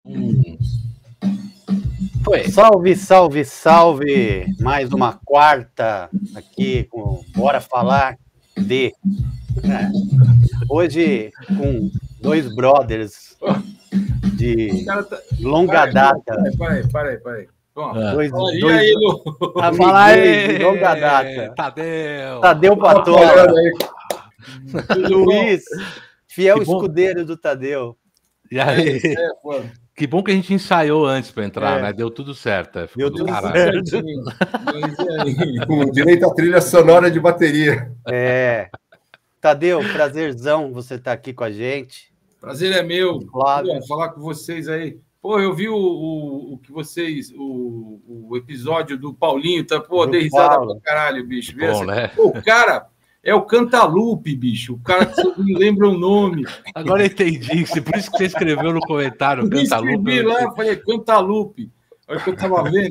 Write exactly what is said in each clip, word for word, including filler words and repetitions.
Hum. Foi. Salve, salve, salve! Mais uma quarta aqui com Bora Falar de. É, hoje com dois brothers de tá... longa para data. Peraí, peraí, peraí. Dois, e dois aí, Lu? amiguinhos de longa data. Tadeu! Tadeu Patola. Luiz, fiel escudeiro do Tadeu. E aí? É, que bom que a gente ensaiou antes para entrar, é. né? Deu tudo certo. Deu tudo certo. Com direito à trilha sonora de bateria. É. Tadeu, prazerzão você estar tá aqui com a gente. Prazer é meu. Claro. Bom, falar com vocês aí. Pô, eu vi o, o, o que vocês... O, o episódio do Paulinho, tá? Pô, dei risada pra caralho, bicho. Bom, né? Pô, o cara... É o Cantalupe, bicho. O cara que você não lembra o nome. Agora eu entendi. Por isso que você escreveu no comentário eu Cantalupe. Eu escrevi lá, falei Cantalupe. Olha o que eu tava vendo.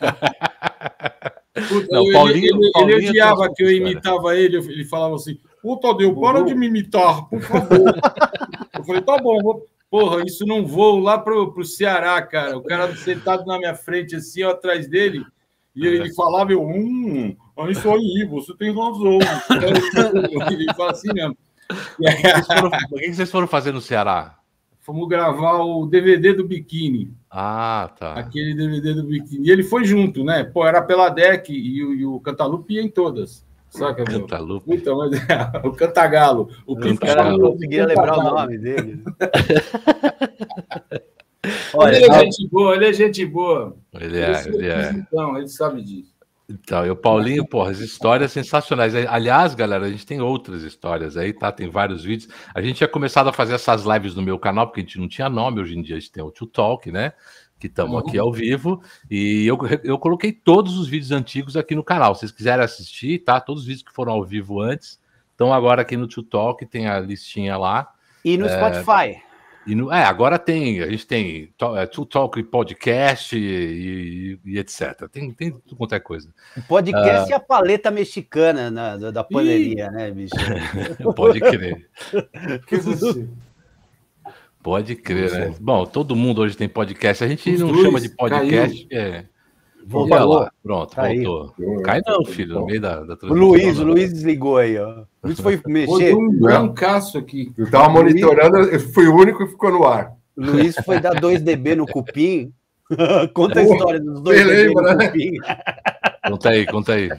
Puta, não, eu, Paulinho, ele, Paulinho ele odiava que eu imitava ele. Ele falava assim, ô, Tadeu, para de me imitar, por favor. Eu falei, tá bom, vou... Porra, isso não vou lá pro, pro Ceará, cara. O cara sentado na minha frente, assim, ó, atrás dele. E ele falava, eu, hum, é isso aí, você tem razão. Ele fala assim mesmo. O que vocês foram fazer no Ceará? Fomos gravar o D V D do Biquíni. Ah, tá. Aquele D V D do Biquíni. E ele foi junto, né? Pô, era pela D E C e, e o Cantalupe ia em todas. Saca, meu? Cantalupe. Então, mas, o Cantagalo. O Cantagalo. Não conseguia lembrar o nome dele. Olha, ele é gente boa, ele é gente boa. Ele é, ele, ele é. Então, ele sabe disso. Então, e o Paulinho, porra, as histórias sensacionais. Aliás, galera, a gente tem outras histórias aí, tá? Tem vários vídeos. A gente tinha começado a fazer essas lives no meu canal, porque a gente não tinha nome, hoje em dia a gente tem o Two Talk, né? Que estamos uhum. aqui ao vivo. E eu, eu coloquei todos os vídeos antigos aqui no canal. Se vocês quiserem assistir, tá? Todos os vídeos que foram ao vivo antes. Então, agora aqui no Two Talk tem a listinha lá. E no é... Spotify. E no, é, agora tem, a gente tem é, Two Talk Podcast e, e, e etcétera. Tem, tem tudo quanto é coisa. Podcast uh... e a paleta mexicana na, da, da pandemia, né, bicho? Pode crer. Pode crer, né? Bom, todo mundo hoje tem podcast. A gente Os não dois, chama de podcast. É... Voltou lá. Pronto, voltou. Aí. Cai não, filho, no meio da, da transmissão. O Luiz, o Luiz desligou aí, ó. O Luiz foi mexer. Um brancaço aqui. Eu tava monitorando, eu fui o único que ficou no ar. O Luiz foi dar dois D B no cupim. Conta a história dos dois D B no né? cupim. Conta aí, conta aí.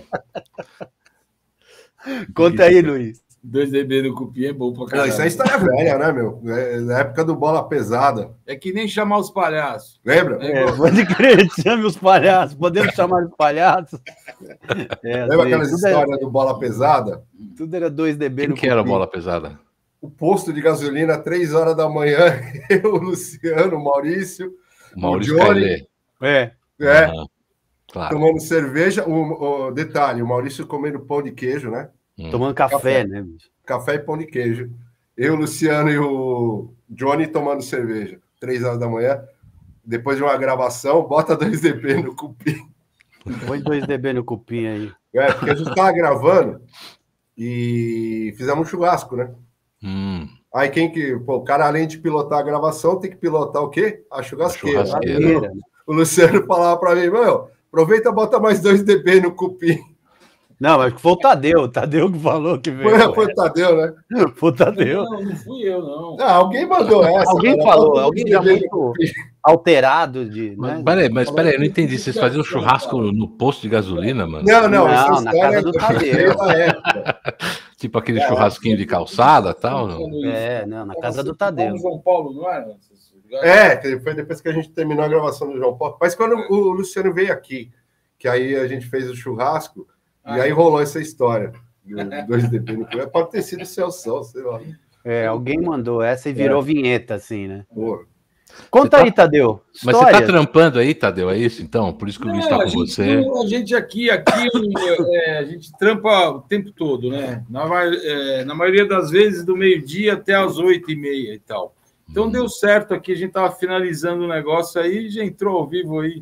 Conta aí, Luiz. dois D B no cupim é bom pra caralho. Não, isso é história velha, né, meu? É na época do Bola Pesada. É que nem chamar os palhaços. Lembra? É, é, pode crer, chame os palhaços. Podemos chamar os palhaços. É, Lembra aquelas histórias era... do Bola Pesada? Tudo era dois D B Quem no que cupim. Era Bola Pesada? O posto de gasolina, três horas da manhã, eu, o Luciano, o Maurício, o Maurício o Johnny. É. É. Ah, claro. Tomando cerveja. O, o detalhe, o Maurício comendo pão de queijo, né? Hum. Tomando café, café, né? Café e pão de queijo. Eu, o Luciano e o Johnny tomando cerveja. Três horas da manhã. Depois de uma gravação, bota dois D B no cupim. Põe dois D B no cupim aí. É, porque a gente tava gravando e fizemos um churrasco, né? Hum. Aí quem que... Pô, o cara, além de pilotar a gravação, tem que pilotar o quê? A churrasqueira. A churrasqueira. O Luciano falava pra mim, meu, aproveita e bota mais dois D B no cupim. Não, mas foi o Tadeu, o Tadeu que falou que veio. Foi, foi o Tadeu, né? Foi o Tadeu. Não, não fui eu, não. Não, alguém mandou essa. Alguém cara, falou, alguém já muito alterado de. Mas, né? Peraí, mas peraí, eu não entendi. Vocês faziam churrasco no posto de gasolina, mano? Não, não, não na casa do Tadeu. Tipo aquele é, churrasquinho de calçada e tal? Não? É, não, na casa do Tadeu. No João Paulo, não era? É, foi depois que a gente terminou a gravação do João Paulo. Mas quando o Luciano veio aqui, que aí a gente fez o churrasco. E aí rolou essa história. dois D B no cupim. Pode ter sido o Celso, sei lá. É, alguém mandou essa e virou é. vinheta, assim, né? Pô. Conta você aí, tá... Tadeu. Mas você tá trampando aí, Tadeu, é isso, então? Por isso que o Luiz está com gente, você. A gente aqui, aqui é, a gente trampa o tempo todo, né? Na, é, na maioria das vezes, do meio-dia até as oito e meia e tal. Então hum. deu certo aqui, a gente tava finalizando o negócio aí, já entrou ao vivo aí.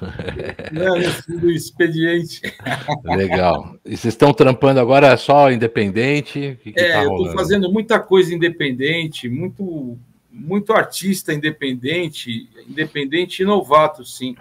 Do expediente. Legal. E vocês estão trampando agora só independente? Que que é, tá eu estou fazendo muita coisa independente, muito muito artista independente, independente e novato, sim.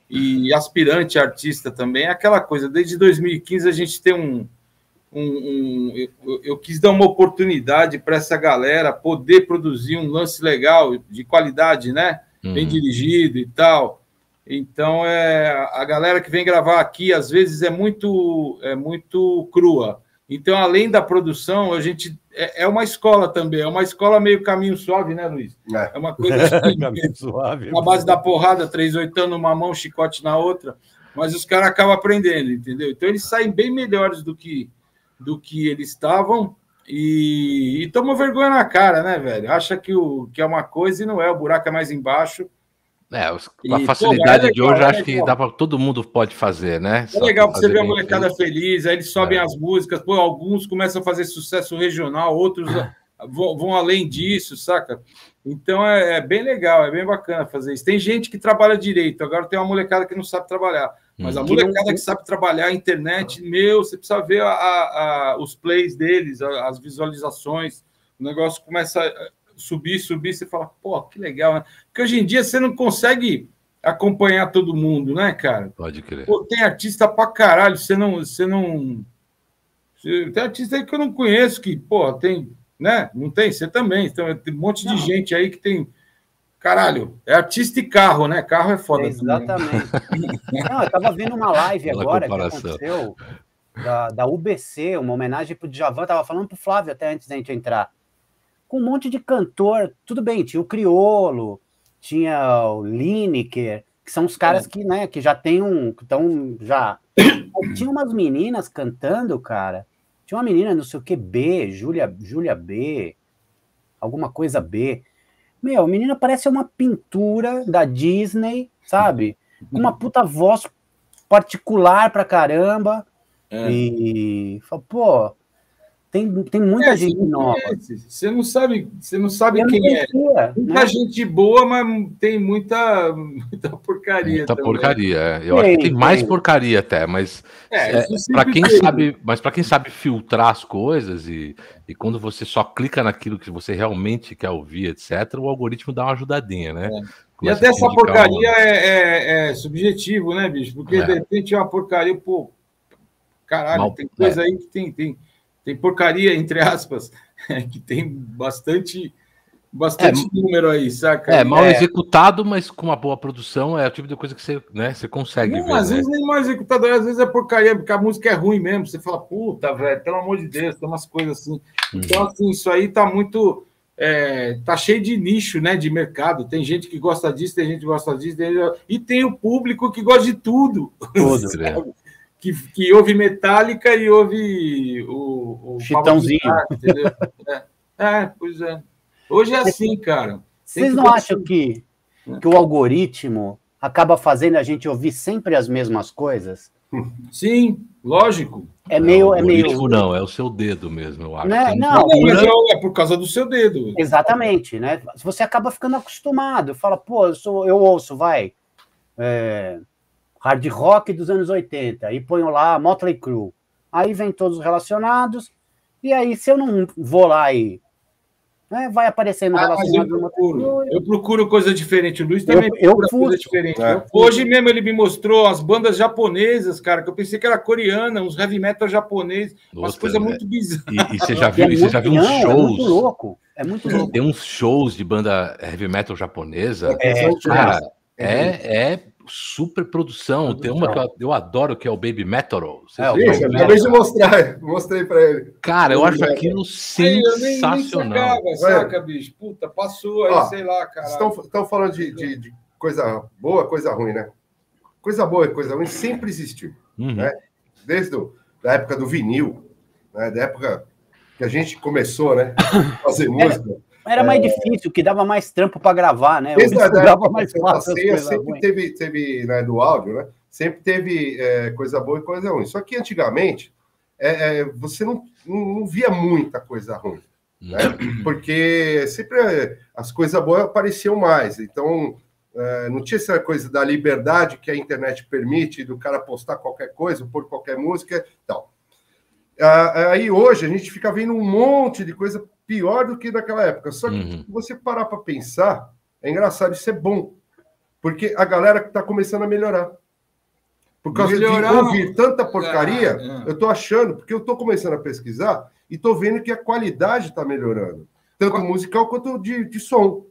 E aspirante artista também. É aquela coisa, desde dois mil e quinze a gente tem um... um, um eu, eu quis dar uma oportunidade para essa galera poder produzir um lance legal, de qualidade, né? Uhum. Bem dirigido e tal. Então, é, a galera que vem gravar aqui, às vezes, é muito, é muito crua. Então, além da produção, a gente é, é uma escola também, é uma escola meio caminho suave, né, Luiz? É, é uma coisa assim, caminho suave. Na base da porrada, três oitando numa mão, chicote na outra, mas os caras acabam aprendendo, entendeu? Então, eles saem bem melhores do que, do que eles estavam e, e tomam vergonha na cara, né, velho? Acha que, o, que é uma coisa e não é, o buraco é mais embaixo. É, a e, facilidade pô, é legal, de hoje, é acho que dá para todo mundo pode fazer, né? É legal para você ver a molecada feito. feliz, aí eles sobem é. as músicas, pô, alguns começam a fazer sucesso regional, outros vão, vão além disso, saca? Então é, é bem legal, é bem bacana fazer isso. Tem gente que trabalha direito, agora tem uma molecada que não sabe trabalhar, mas hum. a molecada que sabe trabalhar a internet, meu, você precisa ver a, a, a, os plays deles, a, as visualizações, o negócio começa a subir, subir, você fala, pô, que legal, né? Porque hoje em dia você não consegue acompanhar todo mundo, né, cara? Pode crer. Pô, tem artista pra caralho, você não... Você não você, tem artista aí que eu não conheço, que, pô, tem... Né? Não tem? Você também. Então, tem um monte não. de gente aí que tem... Caralho, é artista e carro, né? Carro é foda. É, exatamente. Não, eu tava vendo uma live agora que aconteceu da, da U B C, uma homenagem pro Djavan, tava falando pro Flávio até antes da gente entrar. Com um monte de cantor, tudo bem, tinha o Criolo, tinha o Lineker, que são os caras que, né, que já tem um, que estão já... Tinha umas meninas cantando, cara, tinha uma menina, não sei o que, B, Júlia, Júlia B, alguma coisa B. Meu, a menina parece uma pintura da Disney, sabe? Com uma puta voz particular pra caramba. É. E, pô... Tem, tem muita é, gente nova. Você não sabe, você não sabe quem conhecia, é. Muita né? gente boa, mas tem muita, muita porcaria. Muita também. porcaria. É. Eu tem, acho que tem mais tem. porcaria até, mas é, é, para quem tem. sabe, mas para quem sabe filtrar as coisas e, e quando você só clica naquilo que você realmente quer ouvir, etcétera, o algoritmo dá uma ajudadinha, né? É. E até essa porcaria uma... é, é, é subjetivo, né, bicho? Porque é. de repente é uma porcaria, pô, caralho, Mal, tem coisa aí que tem, tem Tem porcaria, entre aspas, que tem bastante, bastante é, número aí, saca? É, mal é. executado, mas com uma boa produção, é o tipo de coisa que você, né, você consegue não, ver. Às né? vezes nem mal executado, às vezes é porcaria, porque a música é ruim mesmo. Você fala, puta, velho, pelo amor de Deus, tem umas coisas assim. Uhum. Então, assim, isso aí tá muito... É, tá cheio de nicho, né, de mercado. Tem gente que gosta disso, tem gente que gosta disso, tem... e tem o público que gosta de tudo. Tudo, Que, que ouve Metallica e ouve o, o Chitãozinho. Guitar, entendeu? É. é, pois é. Hoje é assim, cara. Vocês não acham assim. que, que o algoritmo acaba fazendo a gente ouvir sempre as mesmas coisas? Sim, lógico. É meio... Não, é meio... não, é o seu dedo mesmo, eu acho. Né? Não, não, mas é, é por causa do seu dedo. Exatamente, né? Você acaba ficando acostumado. Fala, pô, eu, sou, eu ouço, vai... É... hard rock dos anos oitenta, e ponho lá Motley Crue. Aí vem todos os relacionados, e aí se eu não vou lá e né, vai aparecendo ah, relacionado eu procuro, eu procuro coisa diferente. O Luiz também eu, procura eu coisa diferente. É. Hoje mesmo ele me mostrou as bandas japonesas, cara, que eu pensei que era coreana, uns heavy metal japonês, umas coisas é. muito bizarras. E, e você já viu, é você já viu uns shows? É muito louco. É muito louco. Tem uns shows de banda heavy metal japonesa. É, cara, é, é super produção. Tem uma que eu, eu adoro, que é o Baby Metal. É, eu acabei de mostrar, mostrei pra ele. Cara, eu acho aquilo sensacional. Eu nem, nem sacava, saca, bicho? Puta, passou aí, ó, sei lá, cara. Estão falando de, de, de coisa boa, coisa ruim, né? Coisa boa e coisa ruim sempre existiu, uhum. né? Desde do, da época do vinil, né? Da época que a gente começou, né? A fazer música. Era mais é... difícil, que dava mais trampo para gravar, né? Exato, dava mais fácil. Sempre teve, teve né, do áudio, né? Sempre teve é, coisa boa e coisa ruim. Só que antigamente é, é, você não, não, não via muita coisa ruim, né? Porque sempre as coisas boas apareciam mais. Então é, não tinha essa coisa da liberdade que a internet permite do cara postar qualquer coisa, pôr qualquer música e tal. Aí hoje a gente fica vendo um monte de coisa pior do que naquela época. Só que uhum. se você parar para pensar, é engraçado, isso é bom. Porque a galera está começando a melhorar. Por causa melhorar, de ouvir tanta porcaria, ah, é. eu estou achando, porque eu estou começando a pesquisar e estou vendo que a qualidade está melhorando. Tanto Qual? musical quanto de, de som.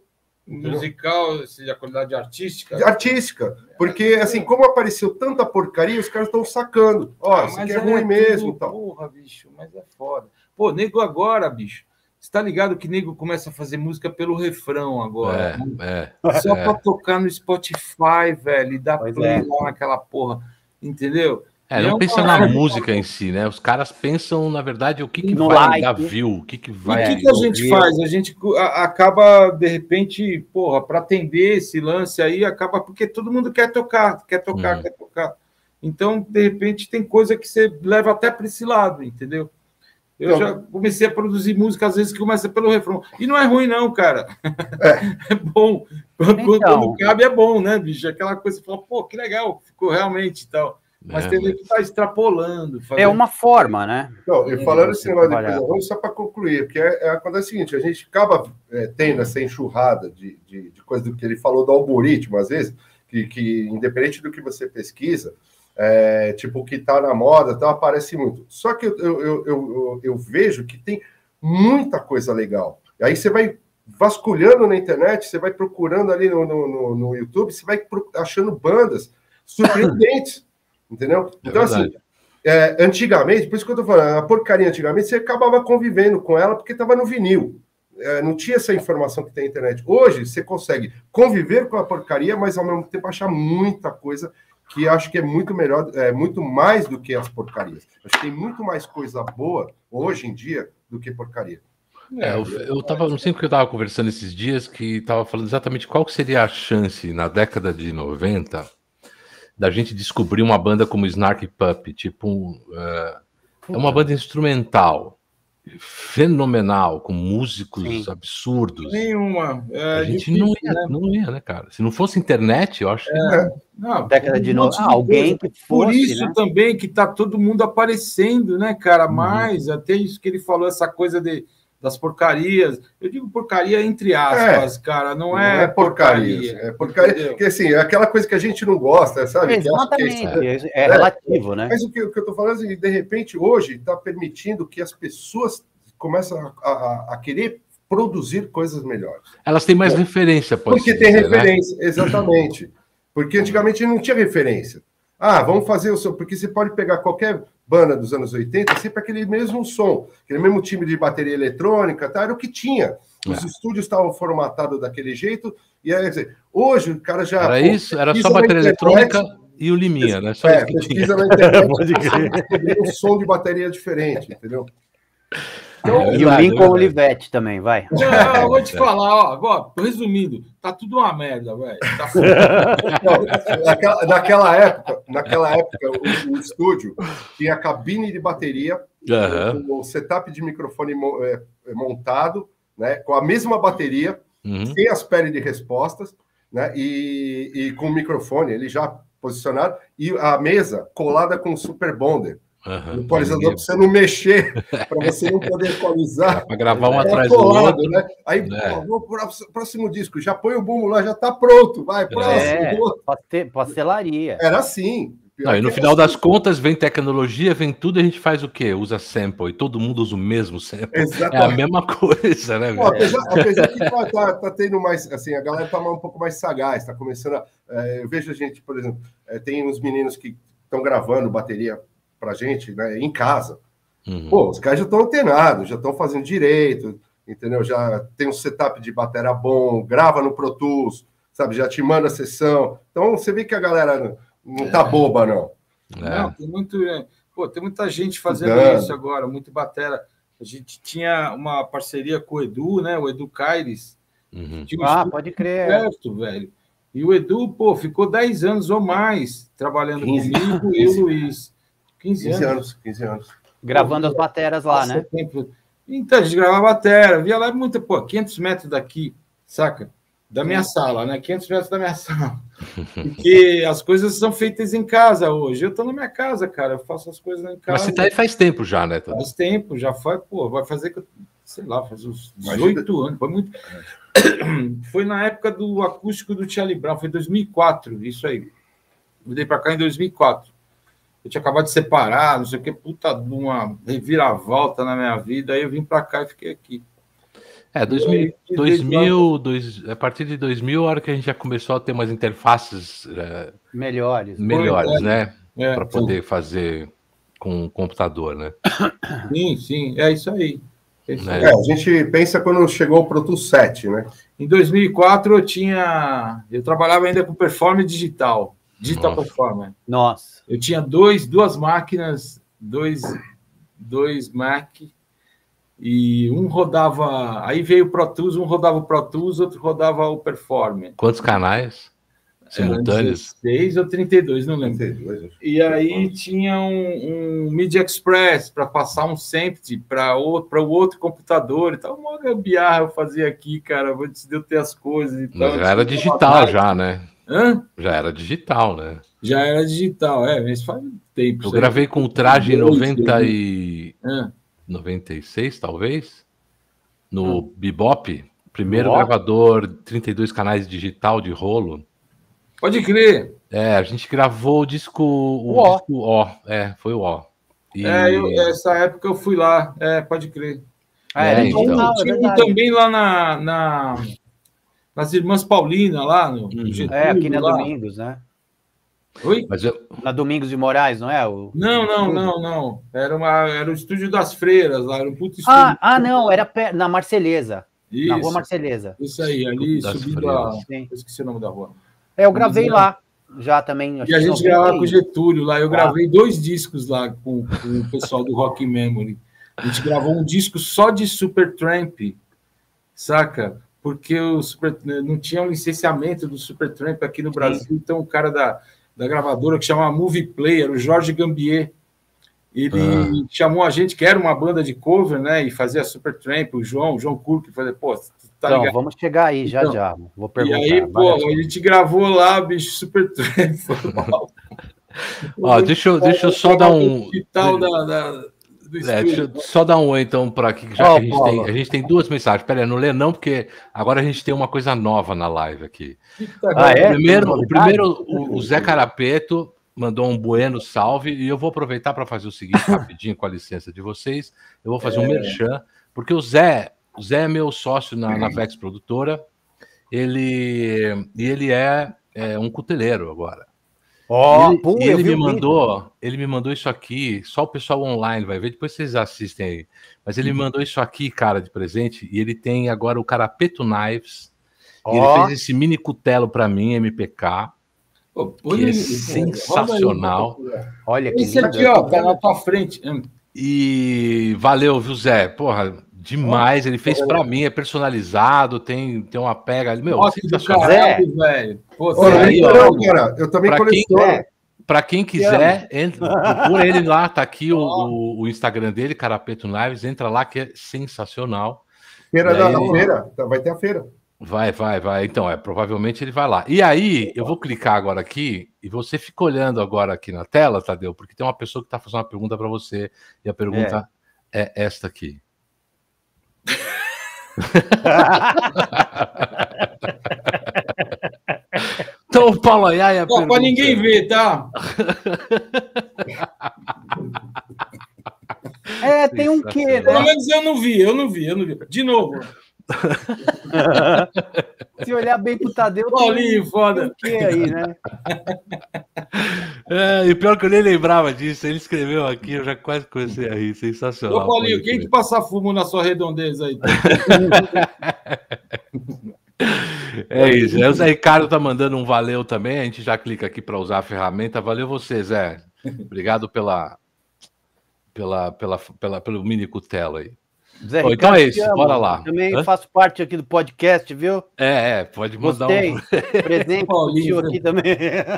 Musical, seja a qualidade artística? Artística. Porque, assim, como apareceu tanta porcaria, os caras estão sacando. Ó, ah, isso aqui é, é ruim mesmo. Tal. Porra, bicho, mas é foda. Pô, nego agora, bicho. Você tá ligado que nego começa a fazer música pelo refrão agora? É, né? é, Só é. pra tocar no Spotify, velho, e dar pois play é. lá naquela porra. Entendeu? É, não é pensa uma... na música em si, né? Os caras pensam, na verdade, o que, que no vai like. dar view, o que, que vai... E o que, que a gente faz? A gente acaba, de repente, porra, para atender esse lance aí, acaba porque todo mundo quer tocar, quer tocar, hum. quer tocar. Então, de repente, tem coisa que você leva até para esse lado, entendeu? Eu então, já comecei a produzir música, às vezes, que começa pelo refrão. E não é ruim, não, cara. É, é bom. Quando, então... quando cabe, é bom, né, bicho? Aquela coisa, você fala, pô, que legal, ficou realmente e tal. Mas é, tem mas... que estar tá extrapolando. Fazendo... É uma forma, né? Então, eu falando esse negócio de coisa ruim, só para concluir, porque é, é, acontece o seguinte, a gente acaba é, tendo essa enxurrada de, de, de coisa do que ele falou do algoritmo, às vezes, que, que independente do que você pesquisa, é, tipo, o que está na moda, então aparece muito. Só que eu, eu, eu, eu, eu vejo que tem muita coisa legal. Aí você vai vasculhando na internet, você vai procurando ali no, no, no YouTube, você vai achando bandas surpreendentes. Entendeu? É então, verdade. assim, é, antigamente, por isso que eu tô falando, a porcaria antigamente, você acabava convivendo com ela porque estava no vinil. É, não tinha essa informação que tem na internet. Hoje, você consegue conviver com a porcaria, mas ao mesmo tempo achar muita coisa que acho que é muito melhor, é muito mais do que as porcarias. Acho que tem muito mais coisa boa hoje em dia do que porcaria. É, eu, eu tava, não sei porque eu estava conversando esses dias, que estava falando exatamente qual que seria a chance na década de noventa da gente descobrir uma banda como Snarky Puppy, tipo, um, uh, é uma banda instrumental, fenomenal, com músicos Sim. absurdos. Nenhuma. É a gente difícil, não, ia, né? não ia, né, cara? Se não fosse internet, eu acho que... É, não, década de novo, ah, alguém que fosse, Por isso né? também que tá todo mundo aparecendo, né, cara? Mas uhum. até isso que ele falou, essa coisa de... das porcarias, eu digo porcaria entre aspas, é, cara, não, não é, é porcaria. É porcaria, porque assim, é aquela coisa que a gente não gosta, sabe? Exatamente, que é, é, é relativo, né? Mas o que, o que eu tô falando é que, de repente, hoje, está permitindo que as pessoas comecem a, a, a querer produzir coisas melhores. Elas têm mais é. referência, pode Porque tem dizer, referência, né? Exatamente. Porque antigamente não tinha referência. Ah, vamos fazer o som, porque você pode pegar qualquer banda dos anos oitenta, sempre aquele mesmo som, aquele mesmo time de bateria eletrônica, tá? Era o que tinha. Os é. estúdios estavam formatados daquele jeito, e aí, quer dizer, hoje o cara já... Era pô, isso, era só bateria eletrônica e o Liminha, né? Só é, isso que pesquisa tinha. Na internet, um som de bateria diferente, entendeu? Então, e o Lincoln Olivetti também, vai. Não, eu vou te falar, ó, resumindo, tá tudo uma merda, velho. Tá naquela, naquela época, naquela época o, o estúdio tinha cabine de bateria, uhum. o setup de microfone é, montado, né, com a mesma bateria, uhum. sem as peles de respostas, né, e, e com o microfone, ele já posicionado, e a mesa colada com o Super Bonder. Uhum, o equalizador para você não mexer, para você não poder equalizar. Para gravar um é, atrás colado, do outro. Né? Aí, é. pô, vou para o próximo disco, já põe o bumbo lá, já está pronto, vai, próximo. É, pastelaria. Era assim. Não, e no final assim. das contas, vem tecnologia, vem tudo, a gente faz o quê? Usa sample, e todo mundo usa o mesmo sample. Exatamente. É a mesma coisa, né? Pô, apesar, apesar que tá, tá, tá tendo mais, assim, a galera está um pouco mais sagaz, está começando a... É, eu vejo a gente, por exemplo, é, tem uns meninos que estão gravando bateria pra gente, né, em casa. Uhum. Pô, os caras já estão antenados, já estão fazendo direito, entendeu? Já tem um setup de bateria bom, grava no Pro Tools, sabe? Já te manda a sessão. Então, você vê que a galera não tá é. boba, não. É. Não, tem muito... Pô, tem muita gente fazendo Estudando. isso agora, muito batera. A gente tinha uma parceria com o Edu, né? O Edu Caires. Uhum. Um ah, pode crer. Perto, velho. E o Edu, pô, ficou dez anos ou mais trabalhando quinze comigo e o Luiz. quinze anos. quinze anos. Gravando as bateras lá, né? Tempo. Então, a gente gravava batera, via lá muita, pô, quinhentos metros daqui, saca? Da minha Sim. sala, né? quinhentos metros da minha sala. Porque as coisas são feitas em casa hoje. Eu tô na minha casa, cara, eu faço as coisas em casa. Mas você tá aí faz tempo já, né? Faz tempo, já faz, pô, vai fazer sei lá, faz uns dezoito anos, foi muito... Foi na época do acústico do Charlie Brown, foi dois mil e quatro, isso aí. Mudei para cá em dois mil e quatro. Eu tinha acabado de separar, não sei o que, puta de uma reviravolta na minha vida, aí eu vim para cá e fiquei aqui. É, dois mil, dois mil, dois, a partir de dois mil, a hora que a gente já começou a ter umas interfaces é, melhores, melhores, é, né? É, para poder sim. fazer com o computador, né? Sim, sim, é isso aí. É isso aí. É, a gente pensa quando chegou o Pro Tools sete, né? Em dois mil e quatro eu tinha, eu trabalhava ainda com performance digital, digital Nossa. performance. Nossa. Eu tinha dois, duas máquinas, dois, dois Mac. E um rodava... Aí veio o Pro Tools, um rodava o Pro Tools, outro rodava o Performance. Quantos canais simultâneos? dezesseis ou trinta e dois, não lembro. trinta e dois, e aí tinha um, um Media Express para passar um sample para o outro computador e tal. Uma gambiarra eu fazia aqui, cara, antes de eu ter as coisas e tal. Mas já era digital já, né? Hã? Já era digital, né? Já era digital, é, mas faz tempo. Eu gravei com o traje em noventa e... noventa e seis, talvez, no hum. Bebop, primeiro oh. gravador, trinta e dois canais digital de rolo. Pode crer. É, a gente gravou o disco o, o disco O, é, foi o O. E... É, eu, essa época eu fui lá, é, pode crer. É, é, então. Tinha um também lá na, na, nas Irmãs Paulina, lá no uhum. Getúlio, é, aqui na lá. Domingos, né? Oi? Mas eu... Na Domingos de Moraes, não é? O... Não, não, não, não. Era, uma, era o estúdio das Freiras lá, era um puto estúdio. Ah, ah não, era pe... na Marceleza. Isso, na Rua Marceleza. Isso aí, ali subindo a... Eu esqueci o nome da rua. É, eu gravei Mas, lá, já também. E a gente gravava com o Getúlio lá, eu ah. gravei dois discos lá com, com o pessoal do Rock Memory. A gente gravou um disco só de Supertramp, saca? Porque o Super... não tinha um licenciamento do Supertramp aqui no Brasil, Sim. então o cara da... da gravadora que chamava Movie Player, o Jorge Gambier. Ele ah. chamou a gente, que era uma banda de cover, né? E fazia Supertramp, o João, o João Curque, falei, pô, tá então, ligado? vamos chegar aí, já, então, já. Vou perguntar. E aí, pô, a gente gravou lá, bicho, Supertramp. Ó, deixa eu, deixa eu só dar um... Digital da, da, do é, deixa eu só dar um oi, então, para aqui, já oh, que a gente, tem, a gente tem duas mensagens. Pera aí, não lê não, porque agora a gente tem uma coisa nova na live aqui. Ah, é? Primeiro, o, primeiro o, o Zé Carapeto mandou um bueno salve, e eu vou aproveitar para fazer o seguinte, rapidinho, com a licença de vocês. Eu vou fazer é. um merchan, porque o Zé, o Zé é meu sócio na, na Vex Produtora, ele, e ele é, é um cuteleiro agora. Oh, ele pô, ele me mandou, ele me mandou isso aqui, só o pessoal online vai ver, depois vocês assistem aí. Mas ele me mandou isso aqui, cara, de presente, e ele tem agora o Carapeto Knives. Oh. E ele fez esse mini cutelo para mim, M P K. Oh, que é sensacional. Olha que esse aqui, ó, tá na tua frente. E valeu, viu, Zé? Porra, demais. Ele fez para mim, é personalizado, tem, tem uma pega ali. Meu, nossa, sensacional. Caralho, velho. Pô, Pô, aí, ó, cara, eu também coleciono. Para quem quiser, entra, procura ele lá, tá aqui o, o, o Instagram dele, Carapeto Knives, entra lá que é sensacional. Feira da ele... feira, vai ter a feira. Vai, vai, vai. Então, é, provavelmente ele vai lá. E aí, eu vou clicar agora aqui, e você fica olhando agora aqui na tela, Tadeu, porque tem uma pessoa que está fazendo uma pergunta para você, e a pergunta é, é esta aqui. Então, o Paulo Ayaia... Não, para ninguém ver, tá? É, tem um quê, né? Pelo menos eu não vi, eu não vi, eu não vi. De novo. Se olhar bem pro Tadeu, Paulinho, foda. O que aí, né? É, e pior que eu nem lembrava disso, ele escreveu aqui, eu já quase comecei a rir, sensacional. Ô, Paulinho, quem que passa fumo na sua redondeza aí? É isso, o Zé Ricardo tá mandando um valeu também, a gente já clica aqui para usar a ferramenta. Valeu você, Zé. Obrigado pela, pela, pela, pela, pelo mini cutelo aí. Zé, Pô, então é isso, bora lá. Também Hã? faço parte aqui do podcast, viu? É, é, pode mandar Gostei. um... Presente Paulinho aqui também.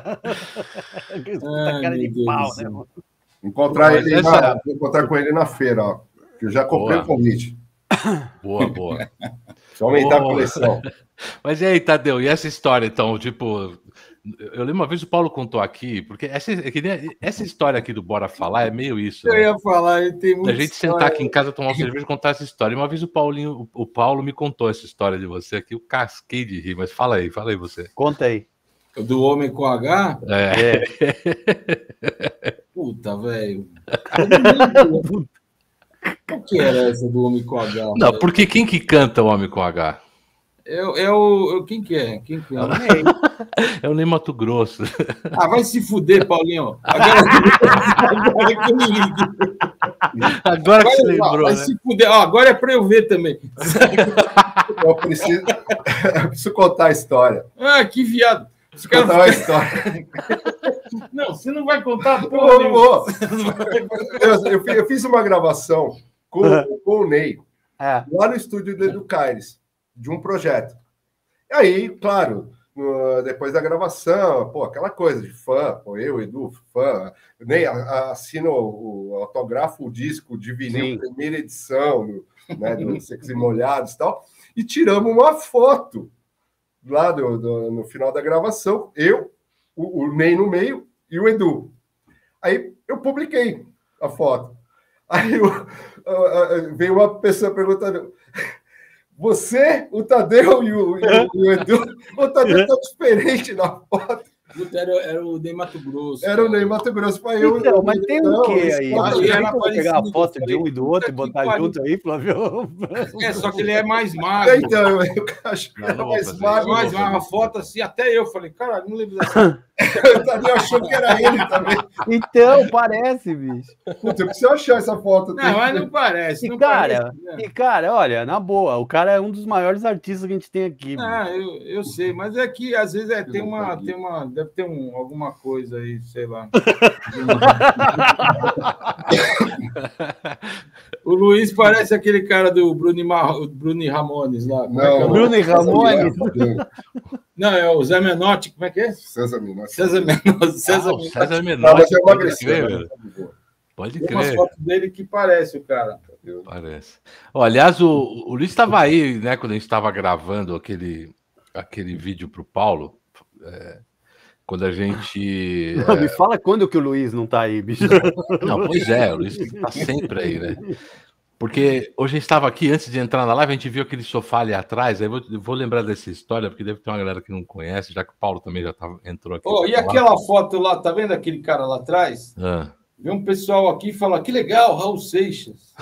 Puta cara de Deus pau, Deus. Né, mano? Encontrar, Pô, ele essa... na... encontrar com ele na feira, ó. Que eu já comprei o convite. Boa, boa. Só aumentar boa. a coleção. Mas e aí, Tadeu, e essa história, então? Tipo, Eu lembro uma vez o Paulo contou aqui, porque essa, essa história aqui do Bora Falar é meio isso. Eu né? ia falar, ele tem A gente sentar aqui em casa, tomar uma cerveja e contar essa história. E uma vez o Paulinho, o Paulo me contou essa história de você aqui, eu casquei de rir, mas fala aí, fala aí você. Conta aí. Do homem com H? É. é. Puta, velho. Qual que era essa do homem com H? Não, véio? porque quem que canta o homem com H? É, é o. Quem que é? Quem que é? É o Ney Mato Grosso. Ah, vai se fuder, Paulinho. Agora, agora que eu me ligo. Agora que você lembrou, vai né? se fuder. Ó, agora é para eu ver também. Eu preciso, eu preciso contar a história. Ah, que viado. Preciso contar uma história. Não, você não vai contar porra. Eu, vou. eu, eu, eu fiz uma gravação com, com o Ney, é. lá no estúdio do Edu Caires, de um projeto. E aí, claro, depois da gravação, pô, aquela coisa de fã, pô, eu, Edu, fã, nem assino o autógrafo, o disco de vinil, Sim. primeira edição, né, do Secos e Molhados e tal, e tiramos uma foto lá do, do, no final da gravação, eu, o, o Ney no meio e o Edu. Aí eu publiquei a foto. Aí eu, veio uma pessoa perguntando... Você, o Tadeu e o, e o, e o Edu, o Tadeu tá diferente na foto. Era, era o Ney Mato Grosso. Era o Ney Mato Grosso. Mas eu, então, eu, mas tem o quê aí? Acho que era para pegar a foto de um e do outro e botar pariu. junto aí, Flávio? É, só que ele é mais magro. Então, eu acho que era mais magro. Mais magro. A foto assim, até eu falei, caralho, não lembro dessa. O Tadeu achou que era ele também. Então, parece, bicho. Putz, eu preciso achar essa foto. Não, mas não parece. E, não cara, parece, né? e, cara, olha, na boa, o cara é um dos maiores artistas que a gente tem aqui. Ah, eu, eu sei, mas é que às vezes é, tem uma, tem uma, deve ter um, alguma coisa aí, sei lá. O Luiz parece aquele cara do Bruni, Mar... Bruni Ramones lá. Não, é Bruni Ramones? Não, é o Zé Menotti, como é que é? César Menotti. César Menotti. César ah, Menotti. César Menotti. Não, pode crer, Pode tem crer. umas fotos dele que parece o cara. Parece. Oh, aliás, o, o Luiz estava aí, né, quando a gente estava gravando aquele, aquele vídeo para o Paulo. É, quando a gente. Não, é... Me fala quando que o Luiz não está aí, bicho. Não, pois é, o Luiz está sempre aí, né? Porque hoje a gente estava aqui, antes de entrar na live, a gente viu aquele sofá ali atrás. Aí eu vou, eu vou lembrar dessa história, porque deve ter uma galera que não conhece, já que o Paulo também já tava, entrou aqui. Oh, e aquela foto lá, tá vendo aquele cara lá atrás? Ah. Vê um pessoal aqui e fala, que legal, Raul Seixas.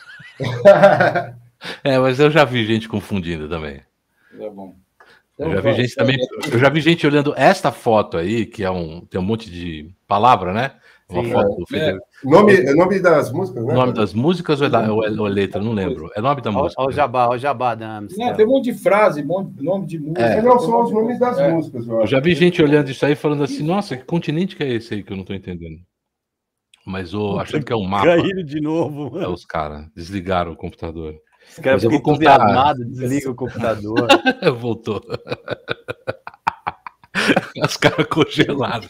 É, mas eu já vi gente confundindo também. Tá bom. Então, eu já vi gente também. Eu já vi gente olhando esta foto aí, que é um, tem um monte de palavra, né? Uma Sim, foto do é. Federico. Nome, é nome das músicas, né? Nome das músicas ou é, da, ou é, ou é letra? Não lembro. É nome da música. Olha o jabá, olha o jabá da Amsterdã. Não, tem um monte de frase, nome de música. É, não são os nomes das é. músicas. Eu, eu já vi gente olhando isso aí falando assim, nossa, que continente que é esse aí que eu não tô entendendo? Mas o, achando que é um mapa. Caíram de novo. É, os caras desligaram o computador. Os caras ficam entusiasmados, desliga o computador. Voltou. Os caras congelados.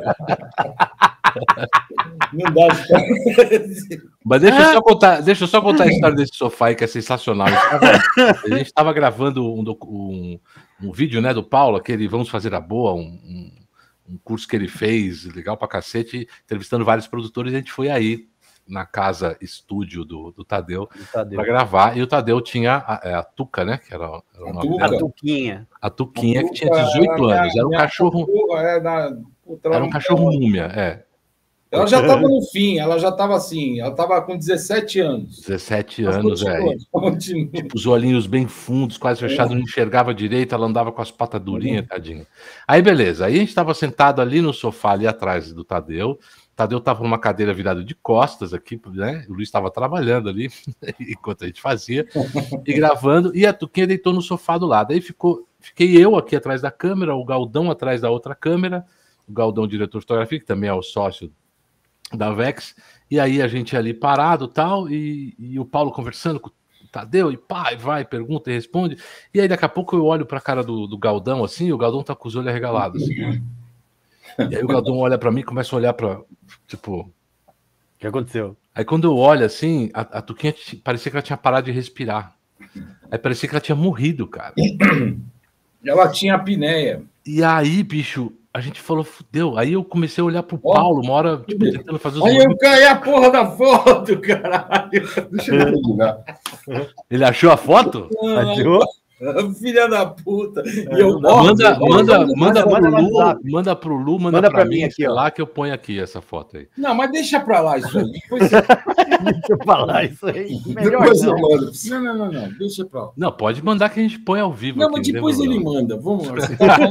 Não dá. Mas deixa eu, só contar, deixa eu só contar a história desse sofá aí, que é sensacional. A gente estava gravando um, um, um vídeo, né, do Paulo, aquele Vamos Fazer a Boa, um, um, um curso que ele fez, legal pra cacete, entrevistando vários produtores, e a gente foi aí na casa estúdio do, do Tadeu, Tadeu. para gravar, e o Tadeu tinha a, a Tuca, né, que era, era o nome dela. A Tuquinha. A Tuquinha, a que tinha dezoito era, anos, era um cachorro... É, na, era um cachorro múmia, é. Ela já estava no fim, ela já estava assim, ela estava com dezessete anos. dezessete anos, é. Tipo, os olhinhos bem fundos, quase fechados, é. Não enxergava direito, ela andava com as patas durinhas, tadinha. Aí, beleza, aí a gente estava sentado ali no sofá, ali atrás do Tadeu. O Tadeu estava numa cadeira virada de costas aqui, né? O Luiz estava trabalhando ali, enquanto a gente fazia, e gravando, e a Tuquinha deitou no sofá do lado. Aí ficou, fiquei eu aqui atrás da câmera, o Galdão atrás da outra câmera, o Galdão, diretor de fotografia, que também é o sócio da Vex, e aí a gente ali parado tal, e, e o Paulo conversando com o Tadeu, e pai, vai, pergunta e responde, e aí daqui a pouco eu olho pra cara do, do Galdão, assim, o Galdão tá com os olhos arregalados, assim. E aí o Galdão olha pra mim e começa a olhar pra, tipo... O que aconteceu? Aí quando eu olho assim, a, a Tuquinha parecia que ela tinha parado de respirar. Aí parecia que ela tinha morrido, cara. Ela tinha apneia. E aí, bicho... a gente falou, fudeu. Aí eu comecei a olhar pro Paulo, uma hora, tipo, tentando fazer os... Aí eu caí a porra da foto, caralho. Deixa eu terminar. Ele achou a foto? Achou? Filha da puta. É, eu manda, manda, manda, manda, pro Lu, manda pro Lu, manda, manda pra, pra mim aqui, ó. Lá que eu ponho aqui essa foto aí. Não, mas deixa pra lá isso aí. Depois... deixa pra lá isso aí. Melhor depois não. Eu não, não, não, não. Deixa pra lá. Não, pode mandar que a gente põe ao vivo. Não, aqui, mas depois ele manda. Vamos lá.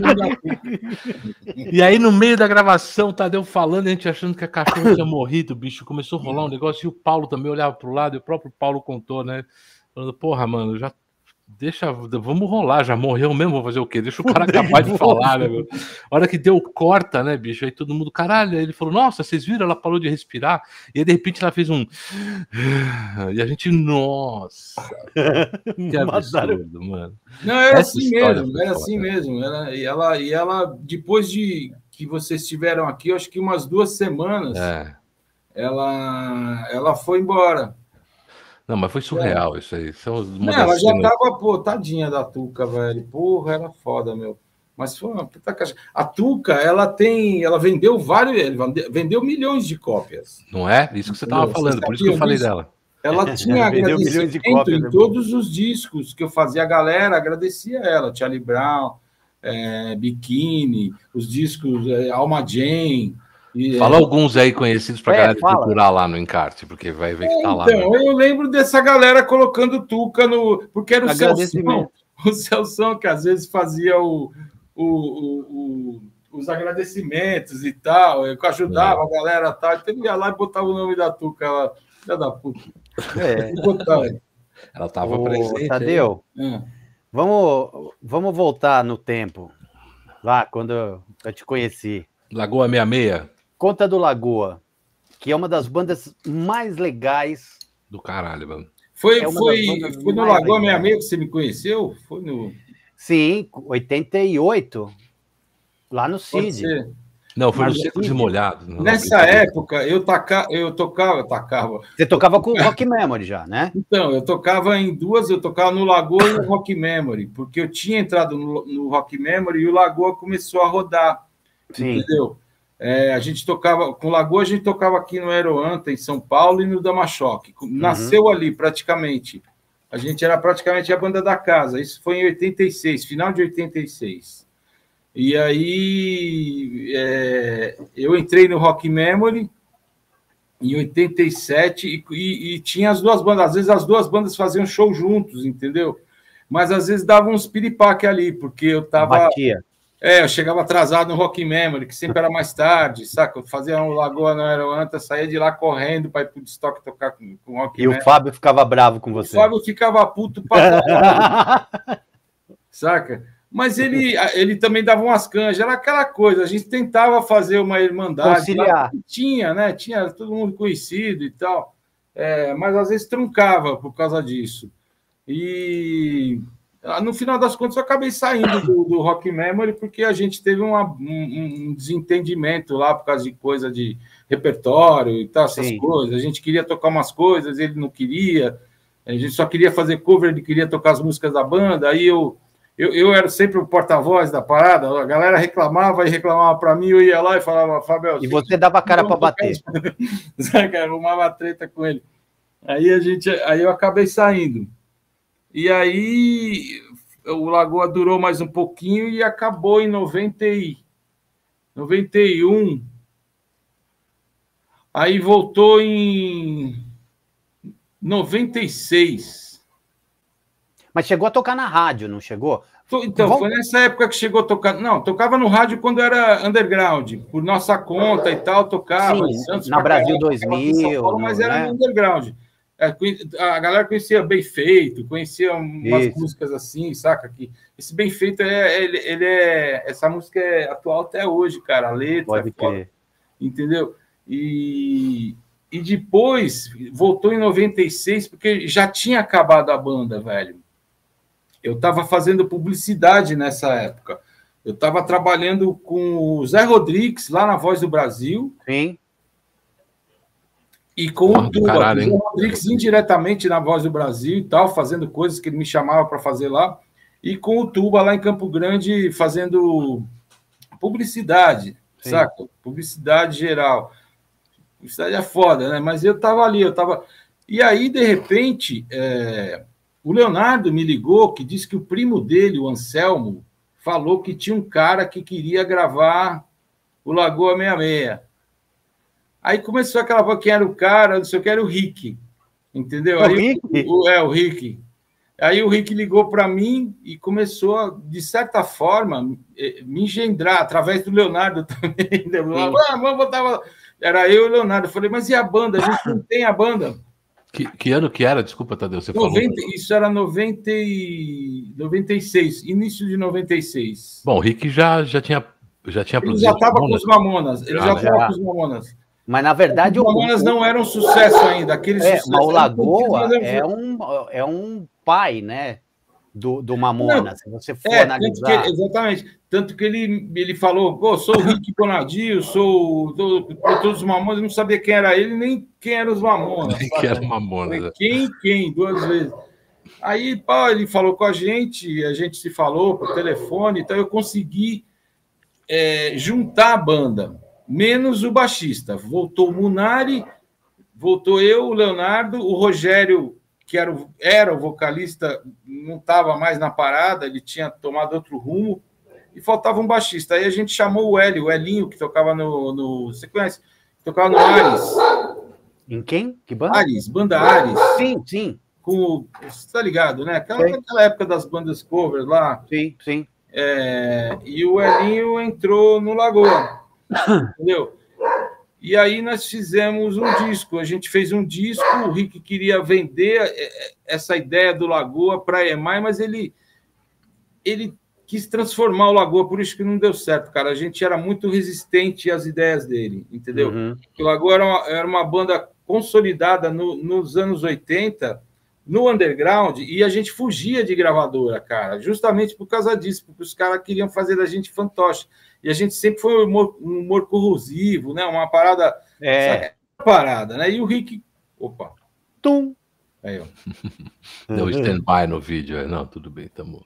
E aí, no meio da gravação, o Tadeu falando, a gente achando que a cachorra tinha morrido, o bicho começou a rolar um negócio, e o Paulo também olhava pro lado, e o próprio Paulo contou, né? Falando, porra, mano, já. Deixa, vamos rolar, já morreu mesmo, vou fazer o quê? Deixa o cara acabar de falar, né, meu? A hora que deu corta, né, bicho? Aí todo mundo, caralho, aí ele falou, nossa, vocês viram? Ela parou de respirar, e aí de repente ela fez um. E a gente, nossa, que absurdo, mano. Não, era Essa assim mesmo, era assim mesmo. Era, e, ela, e ela, depois de que vocês estiveram aqui, eu acho que umas duas semanas, é. ela, ela foi embora. Não, mas foi surreal é. isso aí. São não, ela já tava, pô, tadinha da Tuca, velho. Porra, era foda, meu. Mas foi uma puta caixa. A Tuca, ela tem. Ela vendeu vários. Vendeu milhões de cópias. Não é? Isso que você tava falando, por isso que eu falei disso? Dela. Ela tinha agradecimento de cópias, em todos os discos que eu fazia. A galera agradecia ela. Charlie Brown, é, Bikini, os discos é, Alma Jane. E, Fala é... alguns aí conhecidos para a é, galera fala. procurar lá no encarte, porque vai ver que tá lá. Então, né? Eu lembro dessa galera colocando Tuca no. Porque era o Celção, o Celção que às vezes fazia o, o, o, o, os agradecimentos e tal, eu ajudava é. a galera e tal, então ele ia lá e botava o nome da Tuca lá, filha da puta. É. Ela estava presente. Tadeu, é. vamos, vamos voltar no tempo, lá quando eu te conheci. Lagoa sessenta e seis. Conta do Lagoa, que é uma das bandas mais legais. Do caralho, mano. Foi, é foi, foi no Lagoa sessenta e seis que você me conheceu? Foi no... Sim, oitenta e oito, lá no Cid. Não, foi Mas no Secos e Molhados. Nessa época, eu, taca, eu tocava, eu tocava... Você tocava com o Rock Memory já, né? Então, eu tocava em duas, eu tocava no Lagoa e no Rock Memory, porque eu tinha entrado no, no Rock Memory e o Lagoa começou a rodar. Sim. Entendeu? É, a gente tocava, com Lagoa a gente tocava aqui no Aeroanta, em São Paulo, e no Damachoque. Nasceu uhum. ali, praticamente. A gente era praticamente a banda da casa. Isso foi em oitenta e seis, final de oitenta e seis. E aí é, eu entrei no Rock Memory em oitenta e sete e, e, e tinha as duas bandas. Às vezes as duas bandas faziam show juntos, entendeu? Mas às vezes davam uns piripaque ali, porque eu tava... Batia. É, eu chegava atrasado no Rock Memory, que sempre era mais tarde, saca? Eu fazia um Lagoa no Aeroanta, saía de lá correndo para ir pro estoque tocar com, com o Rock e Memory. E o Fábio ficava bravo com você. O Fábio ficava puto pra caralho, saca? Mas ele, ele também dava umas canjas, era aquela coisa, a gente tentava fazer uma irmandade. Conciliar. Lá, tinha, né? Tinha todo mundo conhecido e tal, é, mas às vezes truncava por causa disso. E... no final das contas, eu acabei saindo do, do Rock Memory porque a gente teve uma, um, um desentendimento lá por causa de coisa de repertório e tal, essas Sim. coisas. A gente queria tocar umas coisas, ele não queria. A gente só queria fazer cover, ele queria tocar as músicas da banda. Aí eu, eu, eu era sempre o porta-voz da parada. A galera reclamava e reclamava para mim, eu ia lá e falava, Fábio... E você dava a cara para bater. Sabe, arrumava treta com ele. Aí, a gente, aí eu acabei saindo. E aí o Lagoa durou mais um pouquinho e acabou em noventa e um. Aí voltou em noventa e seis. Mas chegou a tocar na rádio, não chegou? Então, Vol... foi nessa época que chegou a tocar... Não, tocava no rádio quando era underground. Por nossa conta e tal, tocava. Sim, Santos na Brasil dois mil. Paulo, mas era né? no underground. A galera conhecia Bem Feito, conhecia umas Isso. músicas assim, saca? Que esse Bem Feito é, ele, ele é. Essa música é atual até hoje, cara. A letra, Pode crer. Entendeu? E, e depois voltou em noventa e seis, porque já tinha acabado a banda, velho. Eu estava fazendo publicidade nessa época. Eu estava trabalhando com o Zé Rodrigues lá na Voz do Brasil. Sim. E com o Tuba, caralho, o Rodrigues indiretamente na Voz do Brasil e tal, fazendo coisas que ele me chamava para fazer lá, e com o Tuba lá em Campo Grande, fazendo publicidade, Sim. saca? Publicidade geral. Publicidade é foda, né? Mas eu tava ali, eu tava... E aí, de repente, é... o Leonardo me ligou, que disse que o primo dele, o Anselmo, falou que tinha um cara que queria gravar o Lagoa sessenta e seis. Aí começou aquela voz, quem era o cara, não sei o que, era o Rick, entendeu? O aí, Rick? O, é, o Rick. Aí o Rick ligou para mim e começou, de certa forma, me engendrar, através do Leonardo também. Ah, vamos botar... Era eu e o Leonardo. Eu falei, mas e a banda? A gente não tem a banda. Que, que ano que era? Desculpa, Tadeu, você noventa, falou. Isso era noventa e, noventa e seis, início de noventa e seis. Bom, o Rick já, já tinha, já tinha ele produzido. Já estava com os Mamonas. Ele já estava com os Mamonas. Mas, na verdade... Os Mamonas o... não eram um sucesso ainda. Aquele é, sucesso mas o Lagoa é um, é um pai, né? Do, do Mamonas, não, se você for é, analisar. Tanto que, exatamente. Tanto que ele, ele falou, pô, sou o Rick Bonadio, sou todos os Mamonas, eu não sabia quem era ele, nem quem eram os Mamonas. Nem quem era o Mamonas. Falei, quem, quem? Duas vezes. Aí, pô, ele falou com a gente, a gente se falou por telefone, então eu consegui é, juntar a banda, menos o baixista. Voltou o Munari, voltou eu, o Leonardo, o Rogério, que era o, era o vocalista, não estava mais na parada, ele tinha tomado outro rumo, e faltava um baixista. Aí a gente chamou o Hélio, o Elinho, que tocava no... no você conhece? Que tocava no Ares. Em quem? Que banda? Ares, banda Ares. Sim, sim. Com, você tá ligado, né? Aquela, aquela época das bandas covers lá. Sim, sim. É, e o Elinho entrou no Lagoa, entendeu? E aí nós fizemos um disco, a gente fez um disco, o Rick queria vender essa ideia do Lagoa para a EMAI, mas ele, ele quis transformar o Lagoa, por isso que não deu certo, cara. A gente era muito resistente às ideias dele, entendeu? Uhum. O Lagoa era uma, era uma banda consolidada no, nos anos oitenta, no underground, e a gente fugia de gravadora, cara, justamente por causa disso, porque os caras queriam fazer da gente fantoche. E a gente sempre foi um humor, um humor corrosivo, né? Uma parada. É. Sabe? Parada, né? E o Rick. Opa! Tum! Aí, ó. Deu stand-by no vídeo. Não, tudo bem, tamo.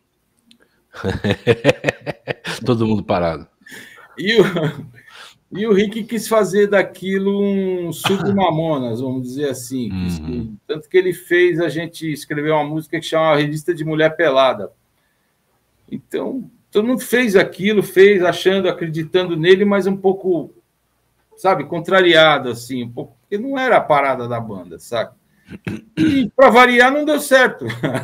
Todo mundo parado. E o, e o Rick quis fazer daquilo um sub-Mamonas, vamos dizer assim. Uhum. Tanto que ele fez a gente escrever uma música que chama Revista de Mulher Pelada. Então. Todo mundo fez aquilo, fez achando, acreditando nele, mas um pouco, sabe, contrariado, assim, um pouco, porque não era a parada da banda, sabe? E, para variar, não deu certo.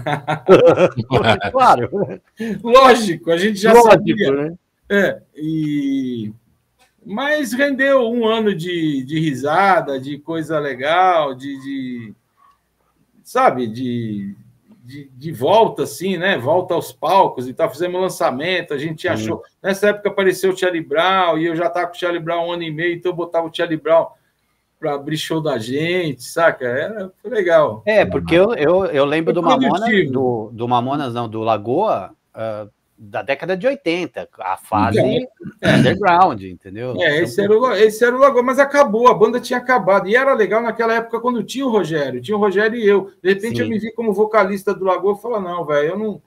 Claro. Lógico, a gente já Lógico, sabia. Né? É, e... Mas rendeu um ano de, de risada, de coisa legal, de... de sabe, de... De, de volta, assim, né? Volta aos palcos e tal. Fizemos lançamento, a gente achou. Uhum. Nessa época apareceu o Charlie Brown e eu já estava com o Charlie Brown um ano e meio, então eu botava o Charlie Brown para abrir show da gente, saca? Era, foi legal. É, porque eu, eu, eu lembro do Mamonas, do, do Mamonas, não, do Lagoa, uh, da década de oitenta, a fase é. underground, entendeu? É, esse era, o, esse era o Lagoa, mas acabou, a banda tinha acabado, e era legal naquela época quando tinha o Rogério, tinha o Rogério e eu, de repente Sim. eu me vi como vocalista do Lagoa e falei, não, velho, eu não,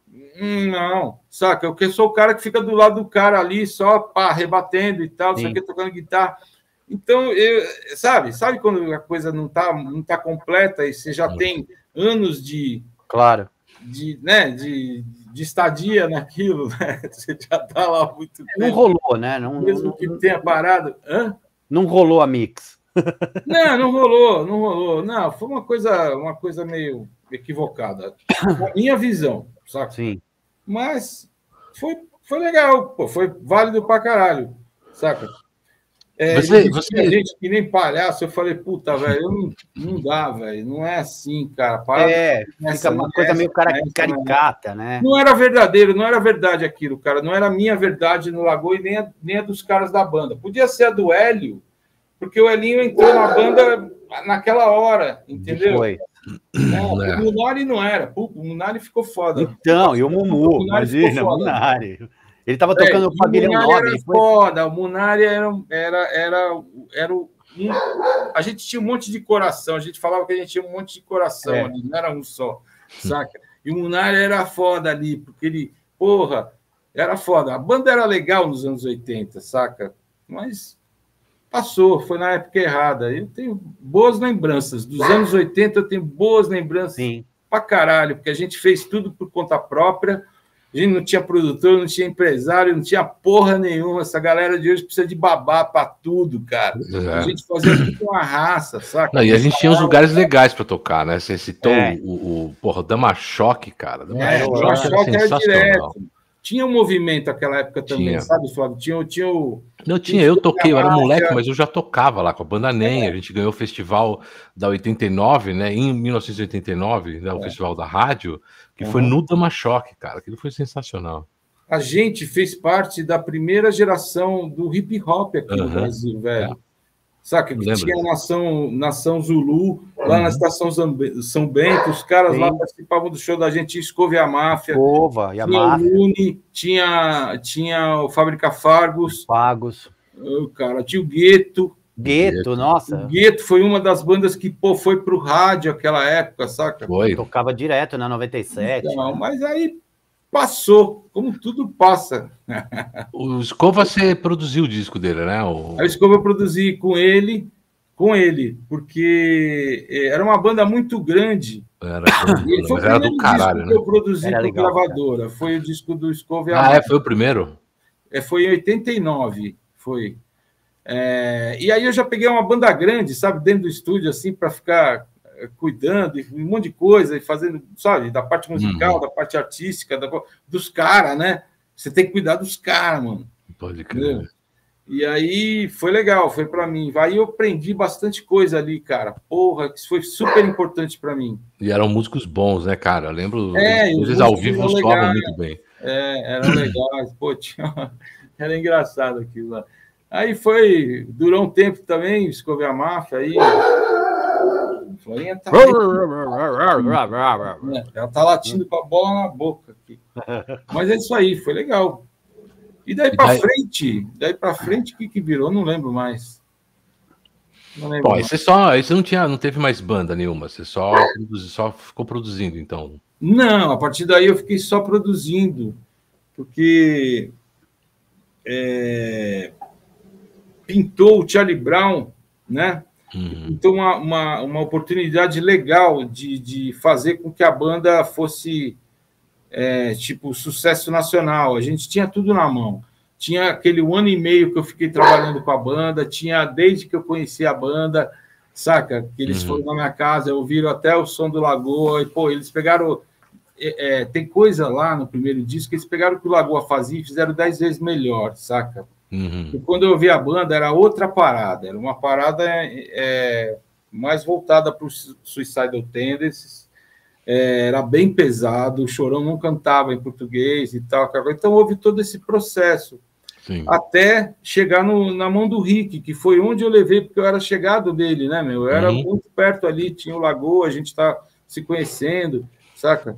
não, saca, eu sou o cara que fica do lado do cara ali, só pá, rebatendo e tal, só que tocando guitarra, então, eu, sabe, sabe quando a coisa não tá, não tá completa e você já tem anos de... Claro. De, né, de, de estadia naquilo, né? Você já está lá há muito tempo. Não rolou, né? Não, Mesmo não, que tenha parado. Hã? Não rolou a mix. Não, não rolou, não rolou. Não, foi uma coisa, uma coisa meio equivocada. Na minha visão, saca? Sim. Mas foi, foi legal, pô, foi válido pra caralho, saca? É, você, você... A gente que nem palhaço, eu falei, puta, velho, não, não dá, velho, não é assim, cara. Para é, fica uma coisa meio cara, caricata, né? Não era verdadeiro, não era verdade aquilo, cara, não era a minha verdade no Lagoa e nem a, nem a dos caras da banda. Podia ser a do Hélio, porque o Elinho entrou na banda naquela hora, entendeu? Foi. Não, é. O Munari não era, o Munari ficou foda. Então, e o Mumu, imagina, o Munari. Ele tava tocando é, o Pavilhão nove. Era depois... foda, o Munari era, era, era, era um... A gente tinha um monte de coração, a gente falava que a gente tinha um monte de coração é. ali, não era um só, saca? E o Munari era foda ali, porque ele, porra, Era foda. A banda era legal nos anos oitenta, saca? Mas passou, foi na época errada. Eu tenho boas lembranças. Dos anos oitenta eu tenho boas lembranças. Sim. Pra caralho, porque a gente fez tudo por conta própria. A gente não tinha produtor, não tinha empresário, não tinha porra nenhuma. Essa galera de hoje precisa de babá pra tudo, cara. É. A gente fazia tudo com a raça, saca? Não, e a gente tinha uns lugares legais pra tocar, né? Você citou é. o, o porra, Dama Choque, cara. Dama é, Choque, Dama Choque era direto. Tinha um movimento naquela época também, tinha. Sabe, Flávio? Tinha, tinha o... Não, tinha, eu toquei, eu era moleque, mas eu já tocava lá com a banda NEM, é. A gente ganhou o festival da oitenta e nove, né, em mil novecentos e oitenta e nove, né, o é. Festival da rádio, que uhum. foi no Dama Choque, cara, aquilo foi sensacional. A gente fez parte da primeira geração do hip hop aqui uhum. no Brasil, velho. É. Saca, que tinha a nação, nação Zulu, lá uhum. na Estação São Bento, os caras Sim. lá participavam do show da gente, tinha Escova e a Máfia, Escova e a tinha Máfia. o Lune, tinha, tinha o Fábrica Fargos, Fargos. Oh, cara, tinha o Gueto. Gueto, nossa. O Gueto foi uma das bandas que pô, foi pro rádio naquela época, saca? Foi. Tocava direto na noventa e sete. Então, mas aí passou, como tudo passa. O Escova, você produziu o disco dele, né? O... A Escova eu produzi com ele, com ele, porque era uma banda muito grande. Era, ele foi o era do caralho, disco né? que eu produzi com gravadora. Cara. Foi o disco do Escova e a Ah, Máfia. é? Foi o primeiro? É, foi em oitenta e nove, foi. É, e aí eu já peguei uma banda grande, sabe, dentro do estúdio, assim, para ficar cuidando, um monte de coisa, e fazendo, sabe, da parte musical, uhum. da parte artística, da, dos caras, né? Você tem que cuidar dos caras, mano. Pode crer. Né? E aí foi legal, foi para mim. Aí eu aprendi bastante coisa ali, cara. Porra, isso foi super importante para mim. E eram músicos bons, né, cara? Eu lembro, é, eles ao vivo soavam muito bem. É, eram legais. Pô, tinha... era engraçado aquilo lá. Aí foi, durou um tempo também, Escova e a Máfia, aí... Florinha tá... Ela tá latindo com a bola na boca aqui. Mas é isso aí, foi legal. E daí para daí... frente, daí para frente, o que, que virou? Não lembro mais. Não lembro. Pô, mais. Você só, aí você não tinha, não teve mais banda nenhuma, você só, só ficou produzindo, então? Não, a partir daí eu fiquei só produzindo, porque é, pintou o Charlie Brown, né? Uhum. Então, uma, uma, uma oportunidade legal de, de fazer com que a banda fosse, é, tipo, sucesso nacional. A gente tinha tudo na mão. Tinha aquele um ano e meio que eu fiquei trabalhando com a banda, tinha desde que eu conheci a banda, saca? Que eles uhum. foram na minha casa, ouviram até o som do Lagoa, e, pô, eles pegaram... É, é, tem coisa lá no primeiro disco que eles pegaram o que o Lagoa fazia e fizeram dez vezes melhor, saca? Uhum. E quando eu vi a banda, era outra parada, era uma parada é, mais voltada para os Suicidal Tendencies, é, era bem pesado, o Chorão não cantava em português e tal, então houve todo esse processo. Sim. Até chegar no, na mão do Rick, que foi onde eu levei, porque eu era chegado dele, né, meu? Eu era uhum. muito perto ali, tinha o Lagoa, a gente tá se conhecendo, saca?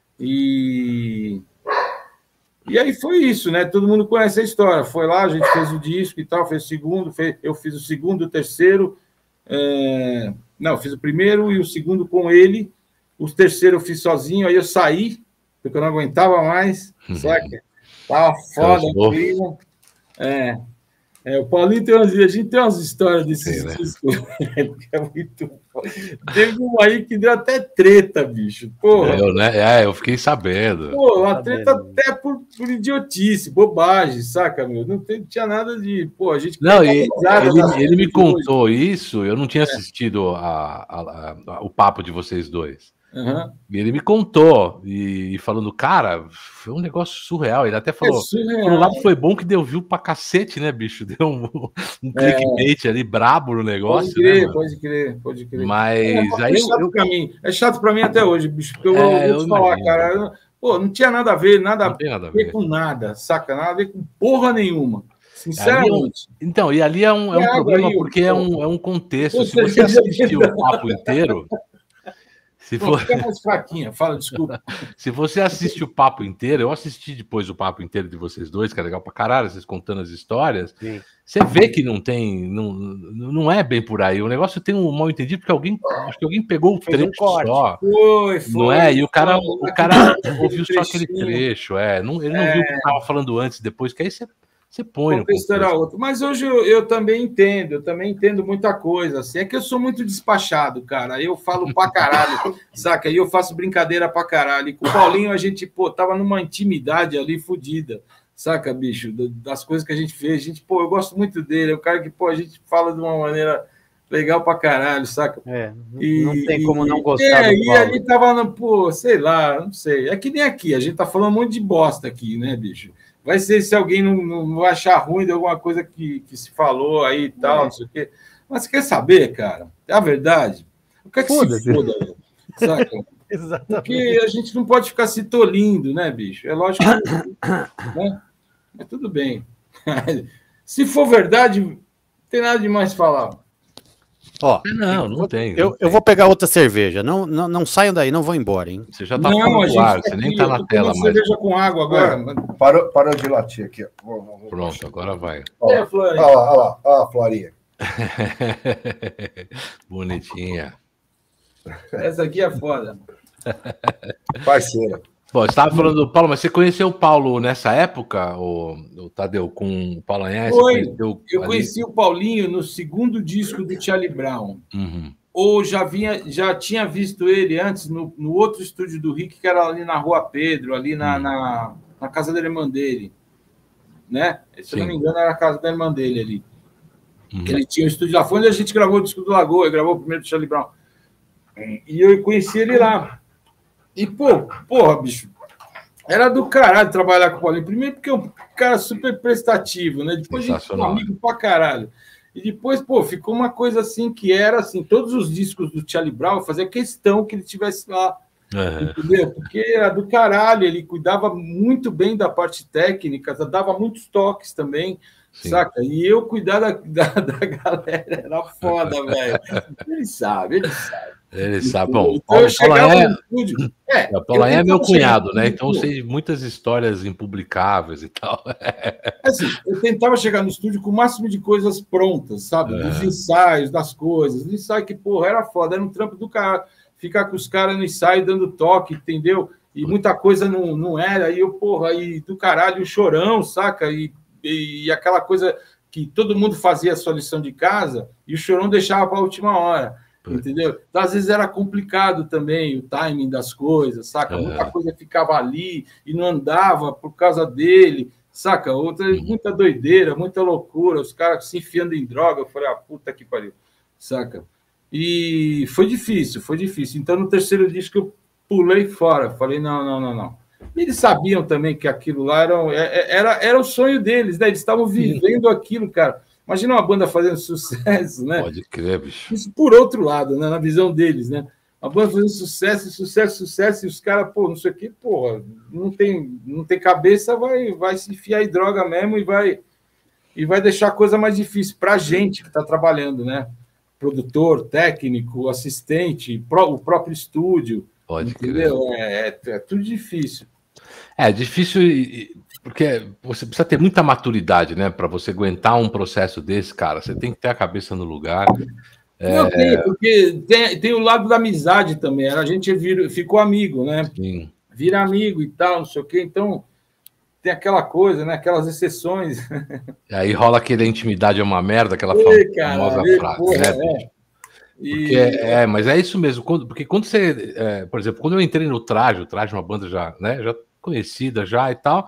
E... E aí foi isso, né? Todo mundo conhece a história. Foi lá, a gente fez o disco e tal, fez o segundo, fez... eu fiz o segundo, o terceiro. É... Não, eu fiz o primeiro e o segundo com ele. O terceiro eu fiz sozinho, aí eu saí, porque eu não aguentava mais, saca? Tava foda, incrível. É. É, o Paulinho tem umas, a gente tem umas histórias desses Sim, discos, né? É muito Teve um aí que deu até treta, bicho. Porra. Eu, né? É, eu fiquei sabendo. Pô, a treta até por, por idiotice, bobagem, saca, meu? Não tem, tinha nada de. Pô, a gente. Não, e, ele, ele me contou hoje. Isso, eu não tinha assistido a, a, a, a, o papo de vocês dois. Uhum. E ele me contou, e, e falando, cara, foi um negócio surreal. Ele até falou: é por um lado foi bom que deu view pra cacete, né, bicho? Deu um, um é. clickbait ali brabo no negócio. Pode crer, né, pode crer, pode crer. Mas é, aí é chato eu, pra mim. É chato pra mim até hoje, bicho. Porque eu é, vou te eu falar, imagino. cara. Eu, pô, não tinha nada a ver, nada, a, nada a ver, ver com nada, saca? Nada a ver com porra nenhuma. Sinceramente. É um, então, e ali é um, é um problema aí, porque é um, é um contexto. Se você assistir o papo inteiro. Se for... Fica mais fraquinha, fala, desculpa. Se você assiste o papo inteiro, eu assisti depois o papo inteiro de vocês dois, que é legal pra caralho, vocês contando as histórias. Sim. Você vê que não tem, não, não é bem por aí. O negócio tem um mal entendido, porque alguém, acho que alguém pegou o trecho um só. Foi, foi. Não é? E o cara, foi, o cara ouviu só aquele trecho, é. Não, ele não é... viu o que estava falando antes, depois, que aí você. Você põe. Era outro. Mas hoje eu, eu também entendo, eu também entendo muita coisa. Assim. É que eu sou muito despachado, cara. Eu falo pra caralho, saca? E eu faço brincadeira pra caralho. E com o Paulinho a gente, pô, tava numa intimidade ali fodida, saca, bicho? Das coisas que a gente fez. A gente, pô, eu gosto muito dele. É o cara que, pô, a gente fala de uma maneira legal pra caralho, saca? É, não, e, não tem como não gostar é, do Paulo. E ali tava, no, pô, sei lá, não sei. É que nem aqui, a gente tá falando um monte de bosta aqui, né, bicho? Vai ser se alguém não, não achar ruim de alguma coisa que, que se falou aí e tal, é. não sei o quê. Mas quer saber, cara? É a verdade. O que é que foda se foda, velho? Saca? Exatamente. Porque a gente não pode ficar se tolindo, né, bicho? É lógico que... né? Mas tudo bem. Se for verdade, não tem nada de mais falar. Ó, não, não tem. Eu, não eu vou pegar outra cerveja. Não, não, não saiam daí, não vão embora, hein? Você já tá falando do ar, você nem tá na tela mais. Cerveja com água agora. É, parou, parou de latir aqui. Ó. Pronto, agora vai. Olha lá, olha lá, olha a Florinha. Bonitinha. Essa aqui é foda. Parceira. Bom, você estava falando do Paulo, mas você conheceu o Paulo nessa época, o, o Tadeu, com o Paulo Anhés? Foi, eu ali? Conheci o Paulinho no segundo disco do Charlie Brown. Uhum. Ou já, vinha, já tinha visto ele antes no, no outro estúdio do Rick, que era ali na Rua Pedro, ali na, uhum. na, na casa da irmã dele. Né? Se Sim. não me engano, era a casa da irmã dele ali. Uhum. Ele tinha um estúdio lá. Foi onde a gente gravou o disco do Lagoa, ele gravou o primeiro do Charlie Brown. E eu conheci ele lá. E, pô, porra, bicho, era do caralho trabalhar com o Paulinho. Primeiro porque é um cara super prestativo, né? Depois a gente ficou amigo pra caralho. E depois, pô, ficou uma coisa assim que era, assim, todos os discos do Charlie Brown, eu fazia questão que ele estivesse lá, uhum. entendeu? Porque era do caralho, ele cuidava muito bem da parte técnica, dava muitos toques também, Sim. saca? E eu cuidar da, da, da galera era foda, velho. Ele sabe, ele sabe. Ele sabe. Bom, então, Paulo, Paulo é, é, Paulo é meu cunhado, né? Então eu sei muitas histórias impublicáveis e tal. Assim, eu tentava chegar no estúdio com o máximo de coisas prontas, sabe? É. Dos ensaios, das coisas. O ensaio que, porra, era foda, era um trampo do cara. Ficar com os caras no ensaio dando toque, entendeu? E muita coisa não, não era. Aí eu, porra, aí do caralho, o chorão, saca? E, e, e aquela coisa que todo mundo fazia a sua lição de casa e o chorão deixava para a última hora. Entendeu? Então, às vezes era complicado também o timing das coisas, saca? É. Muita coisa ficava ali e não andava por causa dele, saca? Outra, muita doideira, muita loucura, os caras se enfiando em droga. Eu falei, ah, puta que pariu, saca? E foi difícil, foi difícil. Então, no terceiro disco, eu pulei fora. Falei, não, não, não, não. E eles sabiam também que aquilo lá era, era, era o sonho deles, né? Eles estavam vivendo Sim. aquilo, cara. Imagina uma banda fazendo sucesso, né? Pode crer, bicho. Isso por outro lado, né? Na visão deles, né? A banda fazendo sucesso, sucesso, sucesso, e os caras, pô, não sei o quê, porra, não tem, não tem cabeça, vai, vai se enfiar em droga mesmo e vai, e vai deixar a coisa mais difícil pra gente que tá trabalhando, né? Produtor, técnico, assistente, o próprio estúdio. Pode entendeu? crer. É, é, é tudo difícil. É difícil, porque você precisa ter muita maturidade, né? Para você aguentar um processo desse, cara. Você tem que ter a cabeça no lugar. Não é... tem, porque tem, tem o lado da amizade também. A gente vira, ficou amigo, né? Sim. Vira amigo e tal, não sei o quê. Então, tem aquela coisa, né? Aquelas exceções. E aí rola aquele intimidade é uma merda, aquela Ei, cara, famosa ei, frase, porra, né? É. Porque, é, é, mas é isso mesmo. Quando, porque quando você... É, por exemplo, quando eu entrei no Traje, o Traje é uma banda já, né, já conhecida já e tal,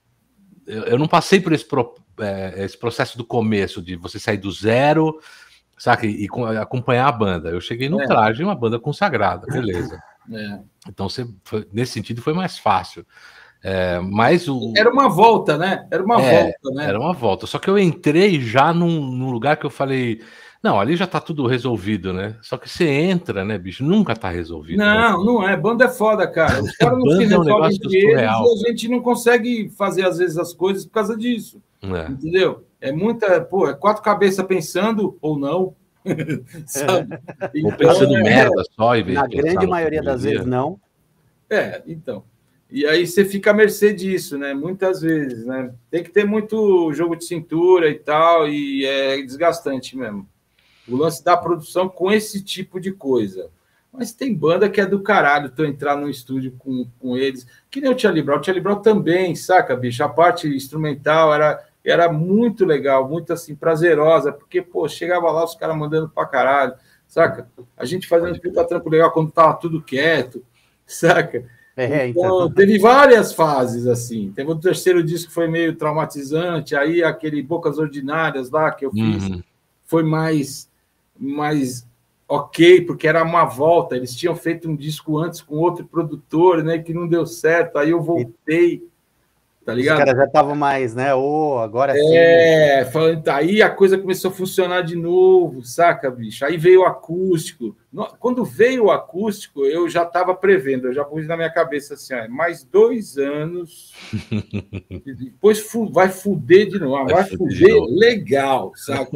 eu, eu não passei por esse, pro, é, esse processo do começo, de você sair do zero, saca, e, e acompanhar a banda. Eu cheguei no é. Traje, uma banda consagrada, beleza. É. Então, você, foi, nesse sentido, foi mais fácil. É, mas o... Era uma volta, né? Era uma é, volta, né? Era uma volta. Só que eu entrei já num, num lugar que eu falei... Não, ali já tá tudo resolvido, né? Só que você entra, né, bicho? Nunca tá resolvido. Não, né? Não é. Banda é foda, cara. Os caras não se resolvem entre eles e a gente não consegue fazer, às vezes, as coisas por causa disso. É. Entendeu? É muita... Pô, é quatro cabeças pensando ou não. Sabe? Então, pensando é, merda só e na grande maioria das vezes não. É, então. E aí você fica à mercê disso, né? Muitas vezes, né? Tem que ter muito jogo de cintura e tal, e é desgastante mesmo. O lance da produção com esse tipo de coisa. Mas tem banda que é do caralho, tu entrar no estúdio com, com eles, que nem o Charlie Brown. O Charlie Brown também, saca, bicho? A parte instrumental era, era muito legal, muito, assim, prazerosa, porque, pô, chegava lá os caras mandando pra caralho, saca? A gente fazendo puta trampo legal quando tava tudo quieto, saca? É, então, então, teve várias fases, assim. Teve o terceiro disco que foi meio traumatizante, aí aquele Bocas Ordinárias lá que eu fiz uhum. foi mais, mais ok, porque era uma volta. Eles tinham feito um disco antes com outro produtor, né, que não deu certo, aí eu voltei, tá ligado? Os caras já estavam mais, né, ô, oh, agora sim. É, falando, aí a coisa começou a funcionar de novo, saca, bicho? Aí veio o acústico. Quando veio o acústico, eu já estava prevendo, eu já pus na minha cabeça assim, ó, mais dois anos, depois fu vai fuder de novo, vai, vai fuder legal, saca?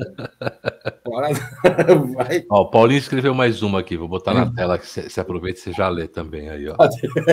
Vai. Ó, o Paulinho escreveu mais uma aqui, vou botar na tela, que você aproveita e você já lê também aí, ó.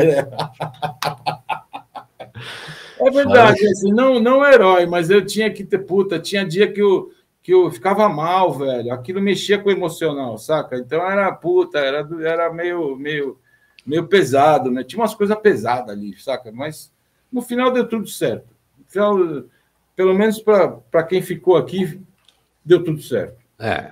É verdade, assim, não, não herói, mas eu tinha que ter, puta, tinha dia que eu, que eu ficava mal, velho, aquilo mexia com o emocional, saca? Então era, puta, era, era meio, meio, meio pesado, né? Tinha umas coisas pesadas ali, saca? Mas no final deu tudo certo. No final, pelo menos para quem ficou aqui, deu tudo certo. É.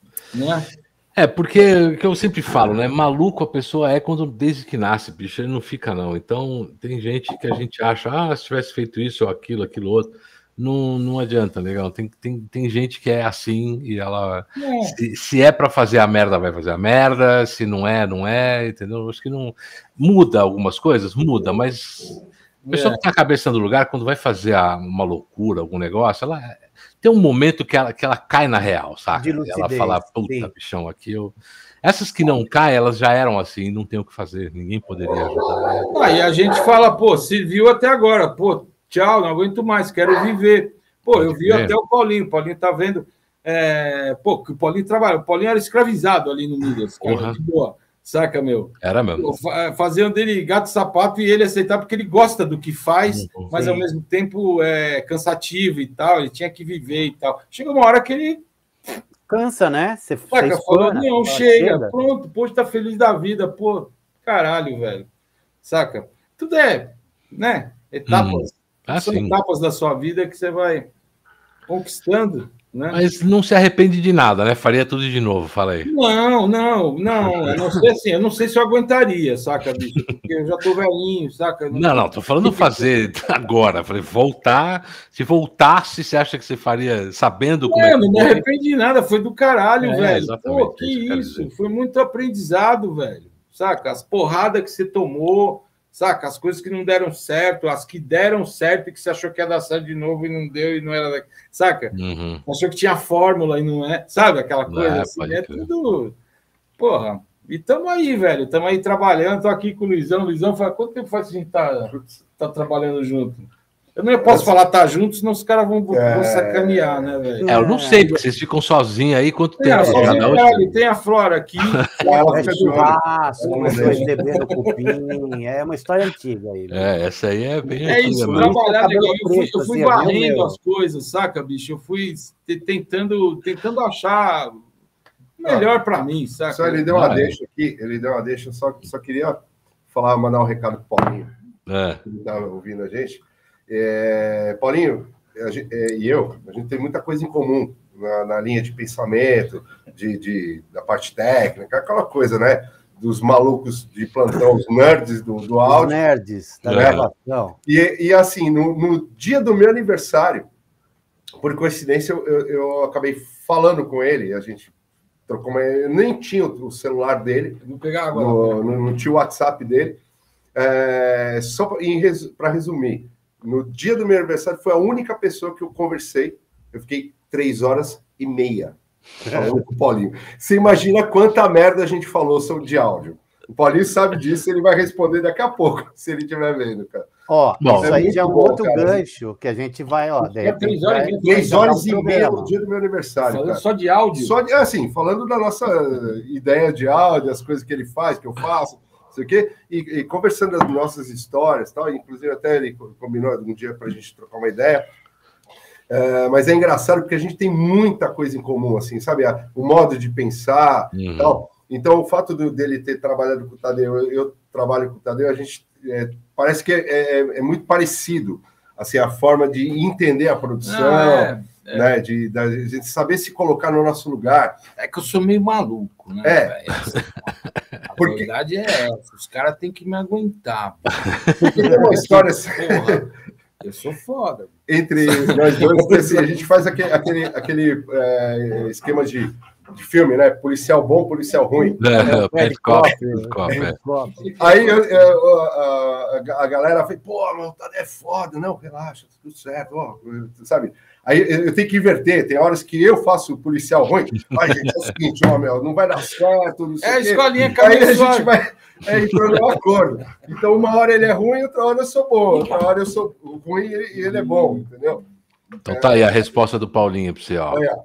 Né? É, porque o que eu sempre falo, né? Maluco a pessoa é quando desde que nasce, bicho, ele não fica, não. Então, tem gente que a gente acha, ah, se tivesse feito isso ou aquilo, aquilo outro, não, não adianta, legal. Tem, tem, tem gente que é assim e ela. É. Se, se é para fazer a merda, vai fazer a merda, se não é, não é, entendeu? Acho que não. Muda algumas coisas, muda, mas a pessoa é. que tá a cabeça no lugar, quando vai fazer a, uma loucura, algum negócio, ela. Tem um momento que ela, que ela cai na real, saca? Lucidez, ela fala, puta, sim. bichão, aqui eu... Essas que não caem, elas já eram assim, não tem o que fazer, ninguém poderia ajudar. Ah, e a gente fala, pô, serviu até agora, pô, tchau, não aguento mais, quero viver. Pô, Pode eu vi ver. até o Paulinho, o Paulinho tá vendo, é... pô, que o Paulinho trabalha, o Paulinho era escravizado ali no Midas, cara, de boa. Saca, meu? Era mesmo. Faziam dele gato sapato e ele aceitar porque ele gosta do que faz, uhum, mas sim. ao mesmo tempo é cansativo e tal, ele tinha que viver e tal. Chega uma hora que ele... Cansa, né? Você Saca, falou, não, chega, chega, pronto, pô, tá feliz da vida, pô, caralho, velho. Saca? Tudo é, né? Etapas. Hum. Ah, são sim. etapas da sua vida que você vai conquistando. Né? Mas não se arrepende de nada, né? Faria tudo de novo, fala aí. Não, não, não. Eu não sei assim, eu não sei se eu aguentaria, saca, bicho? Porque eu já tô velhinho, saca? Não, não, não tô falando fazer agora. Falei, voltar. Se voltasse, você acha que você faria sabendo como é, é que não me arrependi de nada, foi do caralho, é, velho. Exatamente, Pô, que isso? Foi muito aprendizado, velho. Saca? As porradas que você tomou. Saca? As coisas que não deram certo, as que deram certo e que você achou que ia dar certo de novo e não deu e não era... Saca? Uhum. Achou que tinha fórmula e não é... Sabe? Aquela coisa é, assim, é tudo... Porra. E tamo aí, velho. Tamo aí trabalhando. Tô aqui com o Luizão. O Luizão fala, quanto tempo faz que a gente tá, tá trabalhando junto? Eu não posso falar tá junto, senão os caras vão, é... vão sacanear, né, velho? É, eu não sei, porque vocês ficam sozinhos aí, quanto tempo? É, sozinho, cara, tem a Flora aqui. Ela é churrasco, começou a beber do cupim. É uma história antiga aí. Né? É, essa aí é bem É isso, trabalhar legal. Eu fui, eu fui varrendo as coisas, saca, bicho? Eu fui tentando, tentando achar melhor para mim, saca? Só ele deu uma ah, deixa aqui, ele deu uma deixa, só, só queria falar, mandar um recado pro Paulinho, é. que estava ouvindo a gente. É, Paulinho a gente, é, e eu, a gente tem muita coisa em comum na, na linha de pensamento, de, de, da parte técnica, aquela coisa, né? Dos malucos de plantão, os nerds do, do áudio. Os nerds da gravação. E, e assim, no, no dia do meu aniversário, por coincidência, eu, eu, eu acabei falando com ele, a gente trocou uma... Eu nem tinha o celular dele, vou pegar agora, no, no, não tinha o WhatsApp dele. É, só para resumir, no dia do meu aniversário foi a única pessoa que eu conversei. Eu fiquei três horas e meia falando com o Paulinho. Você imagina quanta merda a gente falou sobre de áudio. O Paulinho sabe disso, ele vai responder daqui a pouco, se ele estiver vendo, cara. Ó, Bom, isso aí já é um bom, outro cara. gancho que a gente vai, ó. De é três horas, vai, três horas um e meia no dia do meu aniversário. Falando cara. Só de áudio? Só de, assim, falando da nossa ideia de áudio, as coisas que ele faz, que eu faço, não sei o quê, e, e conversando das nossas histórias, tal, inclusive até ele combinou um dia para a gente trocar uma ideia. É, mas é engraçado porque a gente tem muita coisa em comum, assim, sabe? O modo de pensar e tal. Então, o fato do, dele ter trabalhado com o Tadeu, eu, eu trabalho com o Tadeu, a gente é, parece que é, é, é muito parecido, assim, a forma de entender a produção, ah, é, é. né? De, de, de gente saber se colocar no nosso lugar. É que eu sou meio maluco, né? É. A porque... verdade é essa, os caras têm que me aguentar. Porque tem uma história assim... Eu sou foda. Entre nós dois, assim, a gente faz aquele, aquele, aquele é, esquema de, de filme, né? Policial bom, policial ruim. É, é, é, cop, é. Aí eu, eu, a, a galera fala, pô, meu Tadeu é foda. Não, relaxa, tá tudo certo. Ó, sabe? Aí eu tenho que inverter. Tem horas que eu faço policial ruim. Ai, gente, é o seguinte, ó, meu, não vai dar certo. Não sei é a escolinha Aí a gente vai é, entrando no acordo. Então, uma hora ele é ruim, outra hora eu sou bom. Outra hora eu sou ruim e ele é bom, entendeu? Então tá aí a resposta do Paulinho para você, ó. É,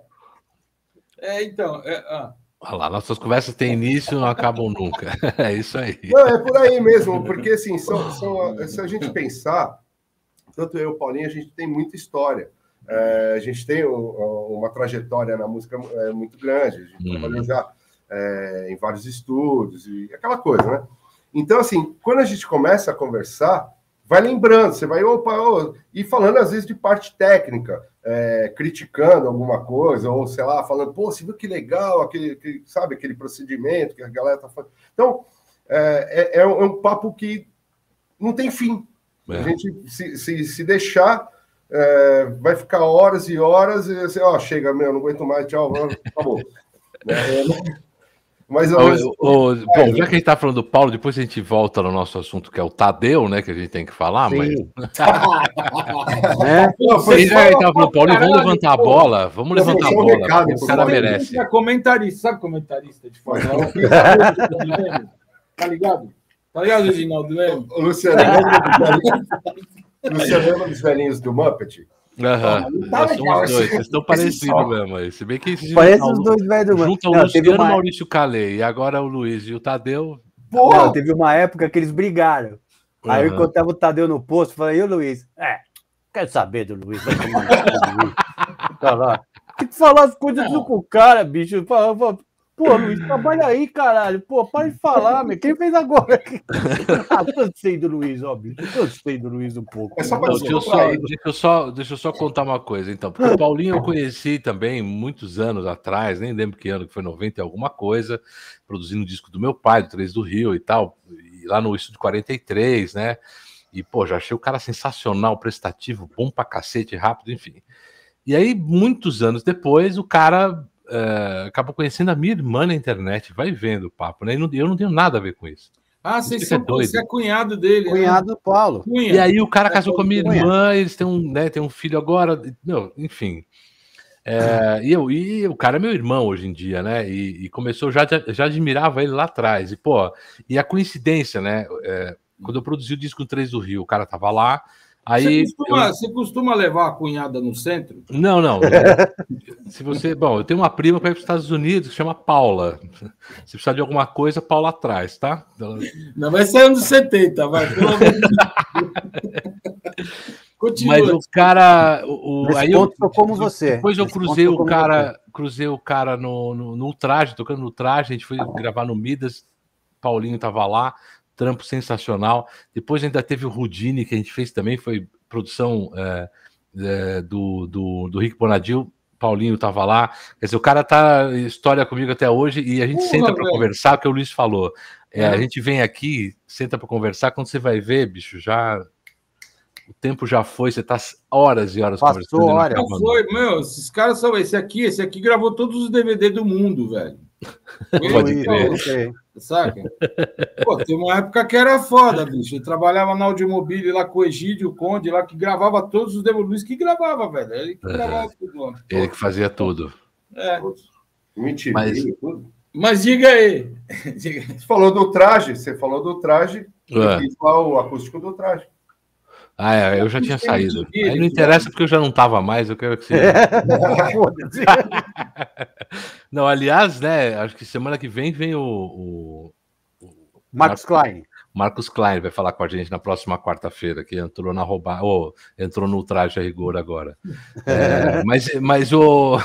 é então... É, ah. Olha lá, nossas conversas têm início e não acabam nunca. É isso aí. Não, é por aí mesmo, porque assim, são, são, se a gente pensar, tanto eu e o Paulinho, a gente tem muita história. É, a gente tem um, uma trajetória na música é, muito grande, a gente hum. trabalhou já é, em vários estúdios e aquela coisa, né? Então, assim, quando a gente começa a conversar, vai lembrando, você vai opa, oh, e falando às vezes de parte técnica, é, criticando alguma coisa, ou sei lá, falando, pô, você viu que legal, aquele, aquele, sabe, aquele procedimento que a galera tá fazendo. Então, é, é, é um papo que não tem fim. É. A gente, se, se, se deixar. É, vai ficar horas e horas e assim, ó, chega, meu, não aguento mais, tchau, acabou. É, mas, o, mas, o, o, bom, já que a gente tá falando do Paulo, depois a gente volta no nosso assunto, que é o Tadeu, né, que a gente tem que falar, Sim. mas... é? Não, foi já que a gente tava falando do Paulo, vamos levantar a bola, vamos levantar a bola, recado, o cara merece. É comentarista, sabe comentarista de fora? Tá ligado? Tá ligado, Reginaldo? O Luciano, Luciano, lembra dos velhinhos do Muppet? Aham, uhum. Tá são os dois, vocês estão parecidos mesmo aí. Se bem que parece os dois velhos do Muppet. Junta o Luciano e uma... Maurício Calei, e agora o Luiz e o Tadeu. Não, teve uma época que eles brigaram. Uhum. Aí eu encontrava o Tadeu no posto, falei, e o Luiz? É, quero saber do Luiz. Vai tá lá. Tem que falar as coisas tudo com o cara, bicho. Pô, Luiz, trabalha aí, caralho. Pô, para de falar, meu. Quem fez agora? Ah, cansei do Luiz, ó, bicho. Cansei do Luiz um pouco. É só não, deixa, eu só, deixa, eu só, deixa eu só contar uma coisa, então. Porque o Paulinho eu conheci também muitos anos atrás, nem lembro que ano que foi, noventa e alguma coisa, produzindo um disco do meu pai, do Três do Rio e tal, e lá no Estúdio quarenta e três, né? E, pô, já achei o cara sensacional, prestativo, bom pra cacete, rápido, enfim. E aí, muitos anos depois, o cara... Uh, acabou conhecendo a minha irmã na internet, vai vendo o papo, né? Eu não, eu não tenho nada a ver com isso. Ah, vocês são, é você é cunhado dele. Cunhado né? do Paulo. Cunha. E aí o cara casou é, com a minha Cunha. irmã, eles têm um, né, têm um filho agora, não, enfim. É, e, eu, e o cara é meu irmão hoje em dia, né? E, e começou, já, já admirava ele lá atrás. E, pô, e a coincidência, né? É, quando eu produzi o disco três do Rio, o cara tava lá. Aí, você, costuma, eu... você costuma levar a cunhada no centro? Não, não. Se você, bom, eu tenho uma prima para ir para os Estados Unidos que chama Paula. Se precisar de alguma coisa, Paula atrás, tá? Não vai ser anos setenta, vai. Pelo amor de Deus. Continua. Mas o cara, o, aí eu, como você. Depois eu cruzei o cara, cruzei o cara no, no, no Ultraje, tocando no Ultraje, a gente foi gravar no Midas, Paulinho tava lá. Trampo sensacional. Depois ainda teve o Rudine, que a gente fez também, foi produção é, é, do, do, do Rick Bonadil. Paulinho estava lá. Quer dizer, o cara tá história comigo até hoje e a gente Porra, senta para conversar, o que o Luiz falou. É, é. A gente vem aqui, senta para conversar, quando você vai ver, bicho, já... O tempo já foi, você tá horas e horas Passou conversando. Hora. Não foi, meu, esses caras são... Esse aqui, esse aqui gravou todos os D V D do mundo, velho. Pode crer. Saca? Pô, tem uma época que era foda, bicho. Eu trabalhava na Audiomobile lá com o Egídio Conde, lá que gravava todos os Devo Luiz que gravava, velho. Ele que gravava uhum. tudo. Lá. Ele que fazia tudo. É. Mentira. Mas, mas diga aí. Você falou do traje, você falou do traje, é. eu fiz lá o acústico do traje. Ah, é, eu já tinha saído. Aí não interessa porque eu já não estava mais, eu quero que você... Não, aliás, né, acho que semana que vem vem o... o, o Marcos Klein. Marcos Klein vai falar com a gente na próxima quarta-feira, que entrou na roubada, oh, entrou no traje a rigor agora. É, mas, mas o...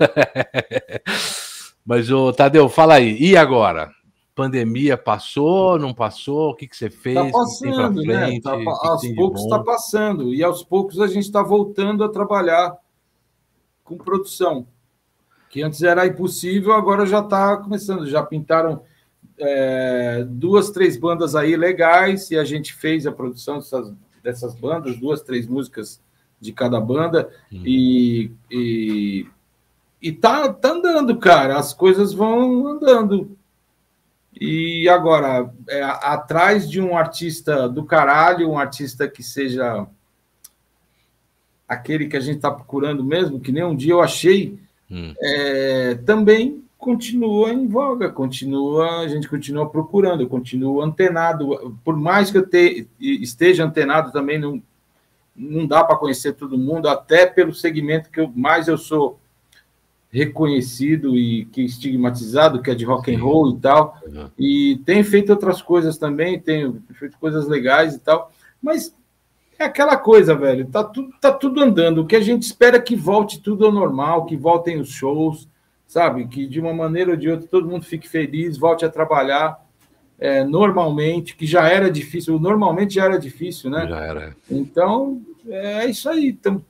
mas o Tadeu, fala aí, e agora? Pandemia passou, não passou? O que, que você fez? Está passando, né? Tá, aos poucos está passando. E aos poucos a gente está voltando a trabalhar com produção. Que antes era impossível, agora já está começando. Já pintaram é, duas, três bandas aí legais, e a gente fez a produção dessas, dessas bandas, duas, três músicas de cada banda. Hum. E, e, e tá, tá andando, cara. As coisas vão andando. E agora, é, atrás de um artista do caralho, um artista que seja aquele que a gente está procurando mesmo, que nem um dia eu achei, hum. é, também continua em voga, continua, a gente continua procurando, eu continuo antenado. Por mais que eu te, esteja antenado também, não, não dá para conhecer todo mundo, até pelo segmento que eu, mais eu sou reconhecido e que estigmatizado, que é de rock and roll e tal, uhum. E tem feito outras coisas também, tenho feito coisas legais e tal, mas é aquela coisa, velho, tá tudo, tá tudo andando, o que a gente espera é que volte tudo ao normal, que voltem os shows, sabe, que de uma maneira ou de outra todo mundo fique feliz, volte a trabalhar é, normalmente, que já era difícil, normalmente já era difícil, né? Já era. Então, é isso aí, estamos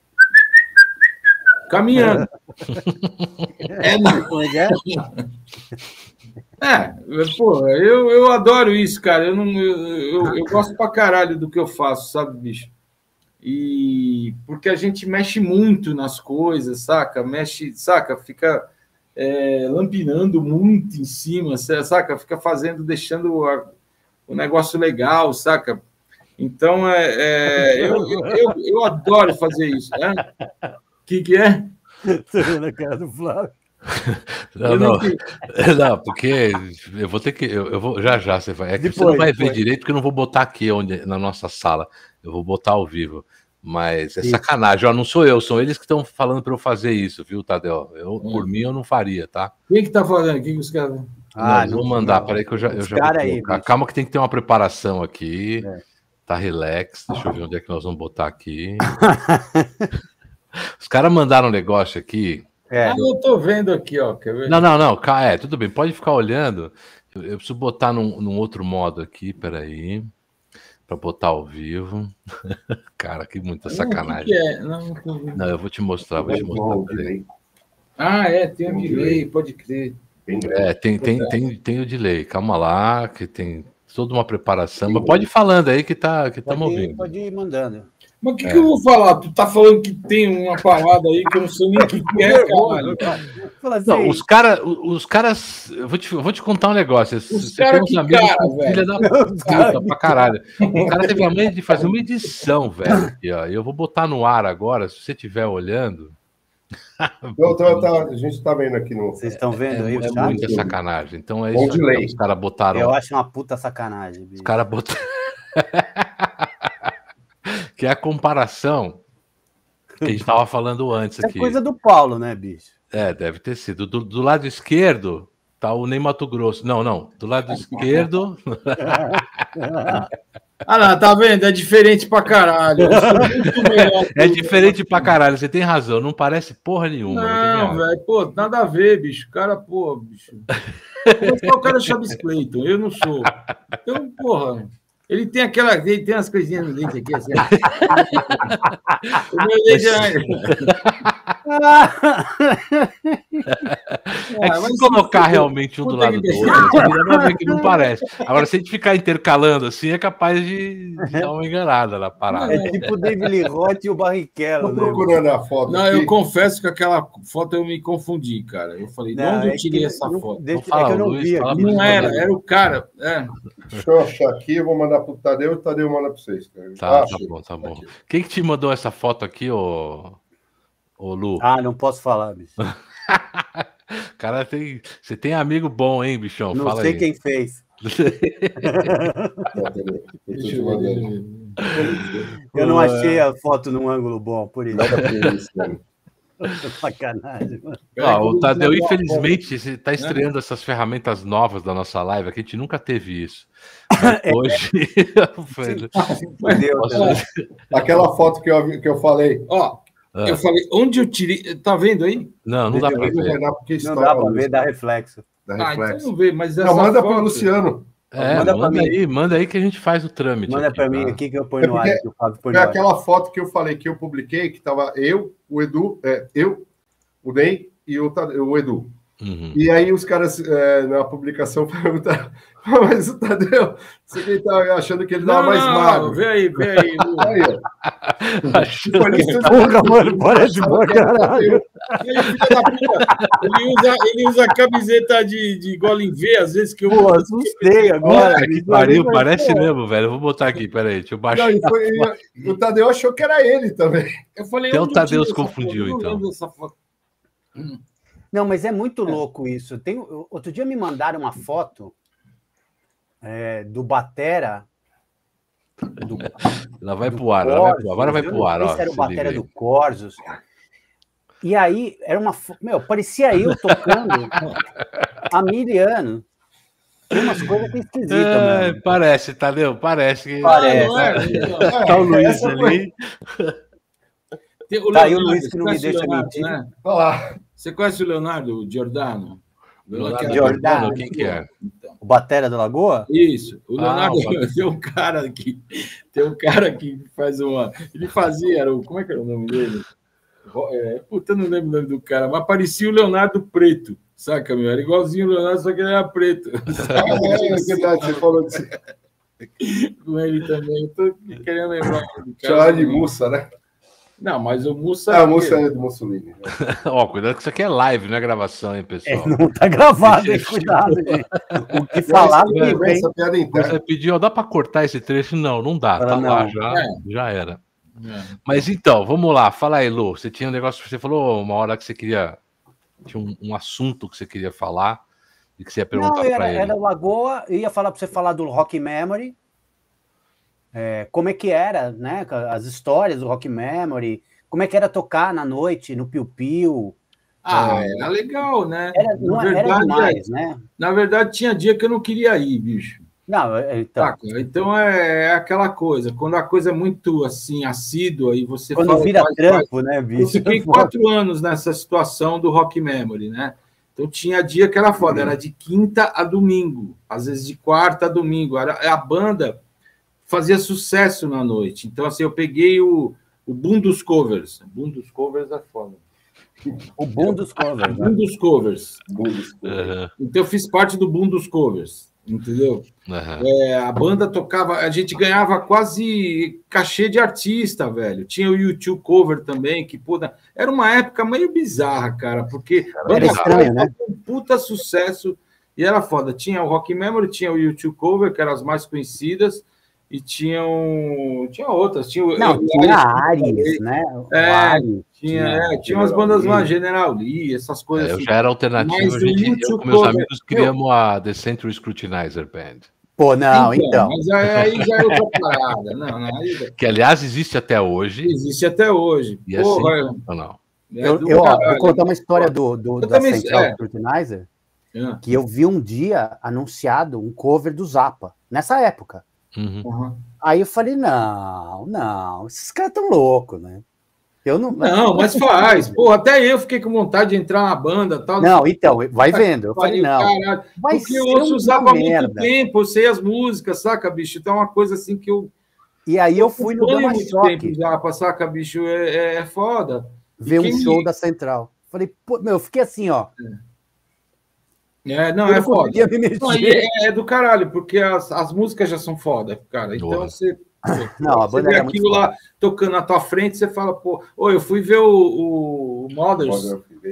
caminhando. É, é, pô, eu, eu adoro isso, cara. Eu, não, eu, eu, eu gosto pra caralho do que eu faço, sabe, bicho? E porque a gente mexe muito nas coisas, saca? Mexe, saca? Fica é, lampinando muito em cima, saca? Fica fazendo, deixando a, o negócio legal, saca? Então, é, é, eu, eu, eu adoro fazer isso, né? O que, que é? Tô vendo a cara do Flávio. Não, não, não, porque eu vou ter que. Eu, eu vou, já já você vai. É que depois, você não vai depois. ver direito, porque eu não vou botar aqui onde, na nossa sala. Eu vou botar ao vivo. Mas é isso. Sacanagem. Ó, não sou eu, são eles que estão falando para eu fazer isso, viu, Tadeu? Eu, hum. Por mim, eu não faria, tá? Quem que tá falando? Quem que os caras. Ah, não, vou mandar. Peraí, que eu já, eu já vou aí, calma, que tem que ter uma preparação aqui. É. Tá relax. Deixa eu ver onde é que nós vamos botar aqui. Os caras mandaram um negócio aqui. É. Ah, eu tô vendo aqui, ó. Quer ver? Não, não, não. É, tudo bem. Pode ficar olhando. Eu, eu preciso botar num, num outro modo aqui, peraí. Para botar ao vivo. Cara, que muita sacanagem. Que que é? não, não, não, eu vou te mostrar, vou te mostrar. Peraí. Ah, é, tem o delay, pode crer. É, tem, tem, tem, tem o delay. Calma lá, que tem toda uma preparação. Sim, mas pode ir falando aí que tá, que estamos ouvindo. Pode ir mandando. Mas o que, é. que eu vou falar? Tu tá falando que tem uma parada aí que eu não sei nem o que, que é, caralho. Não, os caras, os caras, eu vou te, eu vou te contar um negócio. Os você tem uns amigos cara, filha da puta pra caralho. O cara teve a manha de fazer uma edição, velho. Aqui, ó. Eu vou botar no ar agora, se você estiver olhando. Não, tô, tá, a gente tá vendo aqui no. Vocês estão vendo é, aí? É, é muita sacanagem. Então é Bom isso. Delay. Os caras botaram. Eu acho uma puta sacanagem. Bicho. Os caras botaram. Que é a comparação que a gente estava falando antes aqui. É coisa do Paulo, né, bicho? É, deve ter sido. Do, do lado esquerdo tá o Ney Mato Grosso. Não, não. Do lado esquerdo. Ah lá, tá vendo? É diferente pra caralho. É diferente pra caralho, você tem razão. Não parece porra nenhuma. Não, velho. Pô, nada a ver, bicho. O cara, pô, bicho. Eu sou o cara Chaves Clayton, eu não sou. Então, porra. Ele tem aquela. Ele tem umas coisinhas no dente aqui, assim. O meu dente é que se colocar realmente um do lado do outro, dá pra ver que não parece. Agora, se a gente ficar intercalando assim, é capaz de, de dar uma enganada na parada. É tipo o David Lee Roth e o Barrichello. Tô procurando a foto. Não, aqui. Eu confesso que aquela foto eu me confundi, cara. Eu falei, de onde eu tirei essa foto? Deixa, é que eu não vi. Não era, era o cara. É. Deixa eu achar aqui, eu vou mandar pro Tadeu e o Tadeu manda para vocês. Cara. Tá, ah, tá bom, tá bom. Aqui. Quem que te mandou essa foto aqui, ô, ô Lu? Ah, não posso falar, bicho. Cara, tem... você tem amigo bom, hein, bichão? Não Fala sei aí. Quem fez. Deixa eu ver. Eu não achei a foto num ângulo bom, por isso. Sacanagem, mano. Ah, o Tadeu, infelizmente, você está estreando essas ferramentas novas da nossa live, aqui a gente nunca teve isso. Mas hoje. Aquela foto que eu, que eu falei. Ó, ah. eu falei, onde eu tirei. Tá vendo aí? Não, não dá para ver. Não, não dá para ver, dá reflexo. Dá ah, reflexo. então não vê, mas essa não, manda foto... para o Luciano. É, manda, manda aí, manda aí que a gente faz o trâmite. Manda para mim aqui que eu ponho é no ar. Que o Fábio põe no ar. ar. Aquela foto que eu falei que eu publiquei, que tava eu, o Edu, é, eu, o Ney e o, o Edu. Uhum. E aí os caras é, na publicação perguntaram, mas o Tadeu, você que tá achando que ele dá mais magro. Vê aí, vê aí. aí Porra, mano, parece bom, caralho. Ele usa, ele usa camiseta de, de gola em V, às vezes que eu... Pô, assustei agora. É que pariu, parece mesmo, velho. Eu vou botar aqui, peraí, deixa eu baixar. Não, foi, o Tadeu achou que era ele também. Eu falei, até o Tadeu se confundiu, foto, então. Hum. Não, mas é muito louco isso. Tem, outro dia me mandaram uma foto é, do Batera. Do, ela vai pro ar, ela vai pro ar. Agora vai pro ar. Não sei se era o Batera do Corsos. E aí, era uma. Meu, parecia eu tocando há mil anos. Tem umas coisas esquisitas, é, mano. Parece, Tadeu, parece. Que... Parece. Ah, é, tá o Luiz ali. O tá aí o Luiz que não me deixa Leonardo, mentir. Né? Olá. Você conhece o Leonardo Giordano? Leonardo Giordano, quem que é? Então. O Batera da Lagoa? Isso. O Leonardo ah, tem um cara que tem um cara que faz uma. Ele fazia, era o, como é que era o nome dele? É, puta, eu não lembro o nome do cara, mas parecia o Leonardo Preto, saca, meu? Era igualzinho o Leonardo, só que ele era preto. É, é verdade, você falou disso. Com ele também. Eu tô querendo lembrar. Chamar de Mussa, né? Não, mas o Mussa... Ah, o Mussa é do Mussolini. Né? Ó, cuidado que isso aqui é live, não é gravação, hein, pessoal? É, não tá gravado, hein? Cuidado, gente. O que falar, não é, essa piada interna. Você pediu, dá para cortar esse trecho? Não, não dá, tá não. lá, já, é. já era. É. Mas então, vamos lá, fala aí, Lu, você tinha um negócio, você falou uma hora que você queria, tinha um, um assunto que você queria falar e que você ia perguntar para ele. Era Lagoa, eu ia falar para você falar do Rock Memory, é, como é que era, né, as histórias do Rock Memory, como é que era tocar na noite, no Piu Piu. Ah, é, era legal, né? Era, não na verdade, era demais, né? Na verdade, tinha dia que eu não queria ir, bicho. Não, então... Tá, então é, é aquela coisa, quando a coisa é muito, assim, assídua e você... Quando fala, vira faz, trampo, faz... né, bicho? Eu fiquei quatro anos nessa situação do Rock Memory, né? Então tinha dia que era foda, era de quinta a domingo, às vezes de quarta a domingo. Era, a banda fazia sucesso na noite. Então, assim, eu peguei o O boom dos covers. O boom dos covers é foda. O boom dos covers. O boom dos covers. Boom dos covers. Uhum. Então eu fiz parte do boom dos covers. Entendeu? Uhum. É, a banda tocava, a gente ganhava quase cachê de artista, velho. Tinha o YouTube Cover também, que pô, era uma época meio bizarra, cara, porque era estranho, né? Um puta sucesso e era foda. Tinha o Rock Memory, tinha o YouTube Cover, que eram as mais conhecidas. E tinham, tinha outras. Tinha, Não, eu, tinha Ares, né? É, Ares, tinha, é, tinha umas bandas mais, General Lee, essas coisas. É, eu assim. já era alternativo, Mas a gente, eu com meus Cover, amigos criamos a The Century Scrutinizer Band. Pô, não, então. então. Mas aí já é outra parada. Não, não, aí... Que, aliás, existe até hoje. Existe até hoje. E é Pô, assim, ou não? É eu, eu ó, vou contar uma história do, do, da também, Central é. Scrutinizer, é. que eu vi um dia anunciado um cover do Zappa, nessa época. Uhum. Uhum. Aí eu falei, não, não, esses caras tão loucos, né? Eu não, não, mas faz. Pô, até eu fiquei com vontade de entrar na banda. Tal, não, então, vai vendo. Eu falei, não. Caralho, vai porque eu ouço usava há muito tempo, eu sei as músicas, saca, bicho? Então é uma coisa assim que eu. E aí eu fui no Dama Choque. Já, saca, bicho? É, é, é foda. Ver um show me... da Central. Falei, pô, meu, eu fiquei assim, ó. É, não, eu é foda. Não, é, é do caralho, porque as, as músicas já são foda, cara. Então Boa. você. Não, a você banda vê é aquilo lá foda. Tocando na tua frente, você fala, pô, ô, eu fui ver o, o Mothers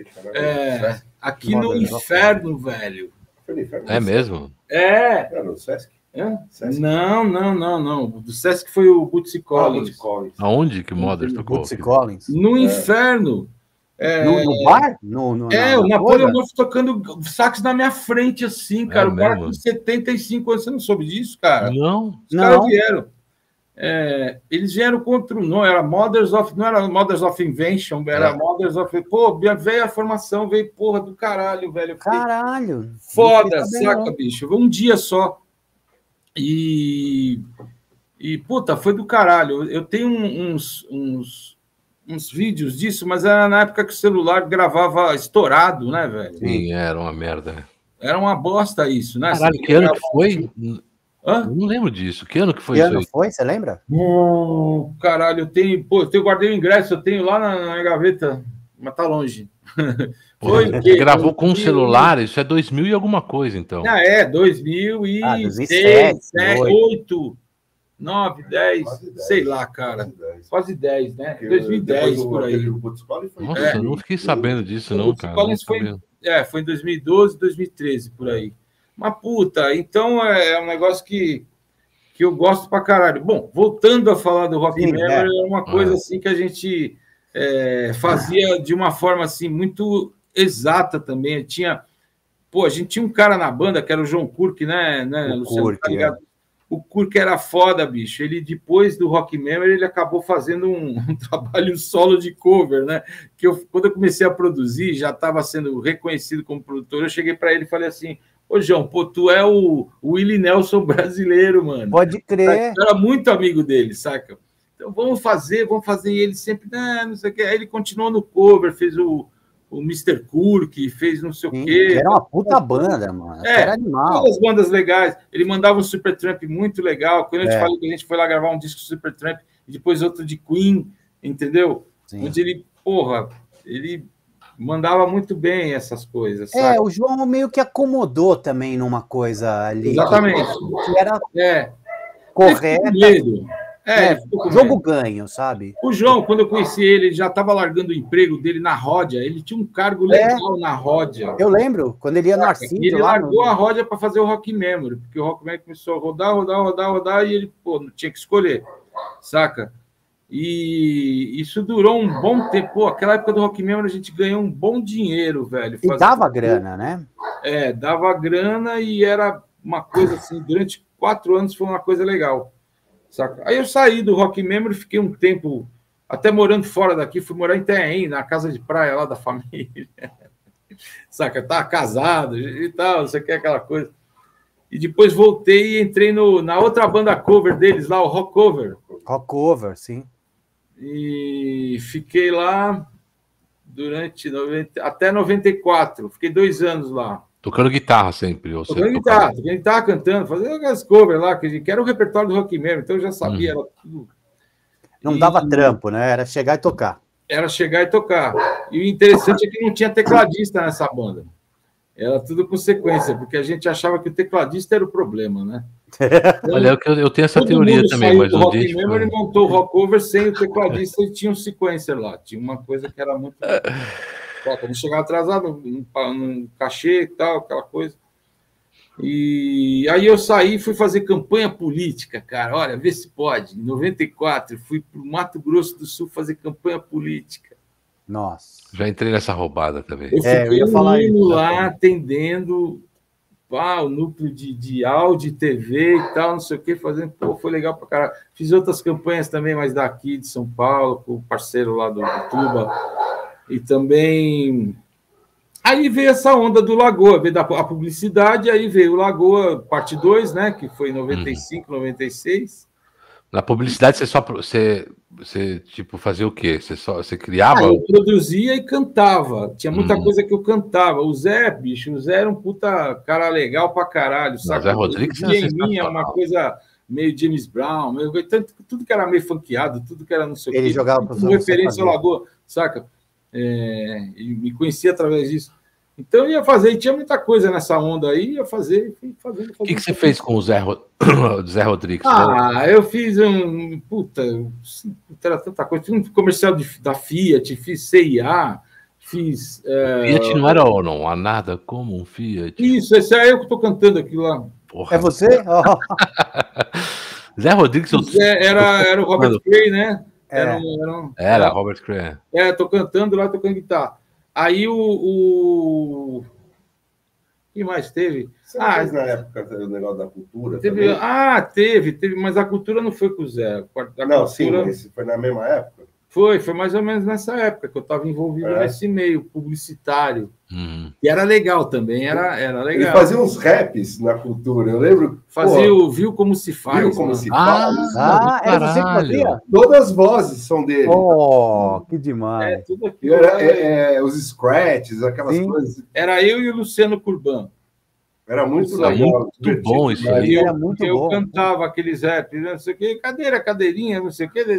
é, aqui no Inferno, velho. É mesmo? É. É no Sesc? É? Sesc? Não, não, não, não. Do Sesc foi o Bootsy Collins. Ah, Collins. Aonde que o Mothers tocou? Bootsy Collins. No é. Inferno. É... No, no bar? No, no, é, na, o Napoleão Wolf tocando sax na minha frente, assim, cara. É o cara com setenta e cinco anos. Você não soube disso, cara? Não. Os caras vieram. É, eles vieram contra o nome, era Mothers of, não era Mothers of Invention, era é. Mothers of. Pô, veio a formação, veio porra do caralho, velho. Caralho! Foda, saca, não. bicho? Um dia só. E. E, puta, foi do caralho. Eu tenho uns, uns, uns vídeos disso, mas era na época que o celular gravava estourado, né, velho? Sim, era uma merda. Era uma bosta isso, né? Caralho, que ano que foi? Hã? Eu não lembro disso. Que ano que foi que isso? Que ano foi? Você lembra? Oh, caralho, eu tenho. Pô, eu tenho, guardei o ingresso, eu tenho lá na, na minha gaveta, mas tá longe. Foi Pô, que, gravou com um celular, isso é dois mil e alguma coisa, então. Ah, é, dois mil e seis, oito, nove, dez, sei lá, cara. Quase dez, né? dois mil e dez, por aí. Nossa, é. eu não fiquei sabendo disso, não, cara. Não foi, é, foi em dois mil e doze, dois mil e treze, por aí. Mas, puta, então é um negócio que, que eu gosto pra caralho. Bom, voltando a falar do Rock Sim, Memory, é. é uma coisa é. assim que a gente é, fazia de uma forma assim muito exata também. Tinha, pô, a gente tinha um cara na banda que era o João Kurk, né, né o Luciano? Kurk, tá ligado? É. O Kurk era foda, bicho. Ele, depois do Rock Memory, ele acabou fazendo um, um trabalho solo de cover, né? Que eu, quando eu comecei a produzir, já estava sendo reconhecido como produtor, eu cheguei para ele e falei assim: ô, João, pô, tu é o, o Willie Nelson brasileiro, mano. Pode crer. Eu era muito amigo dele, saca? Então, vamos fazer, vamos fazer. E ele sempre, não, não sei o quê. Aí ele continuou no cover, fez o, o mister Kurk, fez não sei Sim, o quê. Era uma puta banda, mano. É, era animal. Todas as bandas legais. Ele mandava um Supertramp muito legal. Quando eu te É. falei que a gente foi lá gravar um disco Supertramp e depois outro de Queen, entendeu? Sim. Onde ele, porra, ele mandava muito bem essas coisas, É, sabe? o João meio que acomodou também numa coisa ali. Exatamente. Que era é. correta. É, é jogo ganho, sabe? O João, quando eu conheci ele, ele já estava largando o emprego dele na Ródia. Ele tinha um cargo legal é. na Ródia. Eu lembro, quando ele ia no Arcídio. Ele largou no... a Ródia para fazer o Rock Memory, porque o Rock Memory começou a rodar, rodar, rodar, rodar, e ele, pô, não tinha que escolher, saca? E isso durou um bom tempo. Pô, aquela época do Rock Memory a gente ganhou um bom dinheiro, velho. E dava grana, né? É, dava grana e era uma coisa assim, durante quatro anos foi uma coisa legal, saca? Aí eu saí do Rock Memory, fiquei um tempo até morando fora daqui, fui morar em Itaém, na casa de praia lá da família, saca? Tava casado e tal, você quer aquela coisa. E depois voltei e entrei no, na outra banda cover deles lá, o Rock Cover. Rock Cover, sim. E fiquei lá durante noventa, até noventa e quatro. Fiquei dois anos lá. Tocando guitarra sempre. Você tocando guitarra, tocando guitarra, cantando, fazendo aquelas covers lá, que era o repertório do Rock Memory, então eu já sabia, hum. era tudo. Não e... dava trampo, né? Era chegar e tocar. Era chegar e tocar. E o interessante é que não tinha tecladista nessa banda. Era tudo consequência, porque a gente achava que o tecladista era o problema, né? Então, olha, eu, eu tenho essa teoria também, mas o o Rock Memory foi... montou o Rock Cover sem o tecladista e tinha um sequencer lá. Tinha uma coisa que era muito... Não chegava atrasado, num cachê e tal, aquela coisa. E aí eu saí e fui fazer campanha política, cara. Olha, vê se pode. Em noventa e quatro, fui para o Mato Grosso do Sul fazer campanha política. Nossa. Já entrei nessa roubada também. Eu fiquei é, eu ia falar isso, lá atendendo ah, o núcleo de, de áudio, T V e tal, não sei o que, fazendo. Pô, foi legal pra caralho. Fiz outras campanhas também, mas daqui de São Paulo, com o parceiro lá do, do Tuba. E também. Aí veio essa onda do Lagoa, veio da, a publicidade, aí veio o Lagoa, parte dois, né? Que foi em noventa e cinco, hum. noventa e seis. Na publicidade, você só você, você tipo, fazia o quê? Você só você criava? Ah, eu produzia e cantava. Tinha muita hum. coisa que eu cantava. O Zé, bicho, o Zé era um puta cara legal pra caralho. Sabe? O Zé Rodrigues é em mim é uma coisa meio James Brown, meio, tanto, tudo que era meio funkeado, tudo que era não sei o quê. Ele jogava com referência ao Lagoa, saca? É, e me conhecia através disso. Então eu ia fazer, e tinha muita coisa nessa onda aí, ia fazer, fui fazendo. O que, que você fez com o Zé, Ro... Zé Rodrigues? Ah, né? Eu fiz um. Puta, era tanta coisa. Fiz um comercial de, da Fiat, fiz C I A, fiz. É... Fiat não era ou não? Há nada como um Fiat. Isso, esse é eu que estou cantando aqui lá. Porra. É você? Oh. Zé Rodrigues. Eu... Zé, era, era o Robert Cray, né? Era, é. era, um... era Robert Cray. É, tô cantando lá, tocando guitarra. Aí o, o... que mais teve? Você ah, fez na época o negócio da cultura teve, também? Ah, teve, teve, mas a cultura não foi com o Zé. A não, cultura... sim, mas foi na mesma época? Foi, foi mais ou menos nessa época que eu estava envolvido é. nesse meio publicitário. Hum. E era legal também, era, era legal. Ele fazia uns raps na cultura, eu lembro. Fazia o Viu Como Se Faz. Viu Como né? Se ah, Faz. Ah, era você que fazia? Todas as vozes são dele. Oh, que demais. É, tudo aquilo. Era, é, é, os scratches, aquelas Sim. coisas. Era eu e o Luciano Curban. Era muito legal. Muito divertido. bom isso aí. Eu, era muito eu bom. cantava aqueles rap, não sei o que, cadeira, cadeirinha, não sei o que,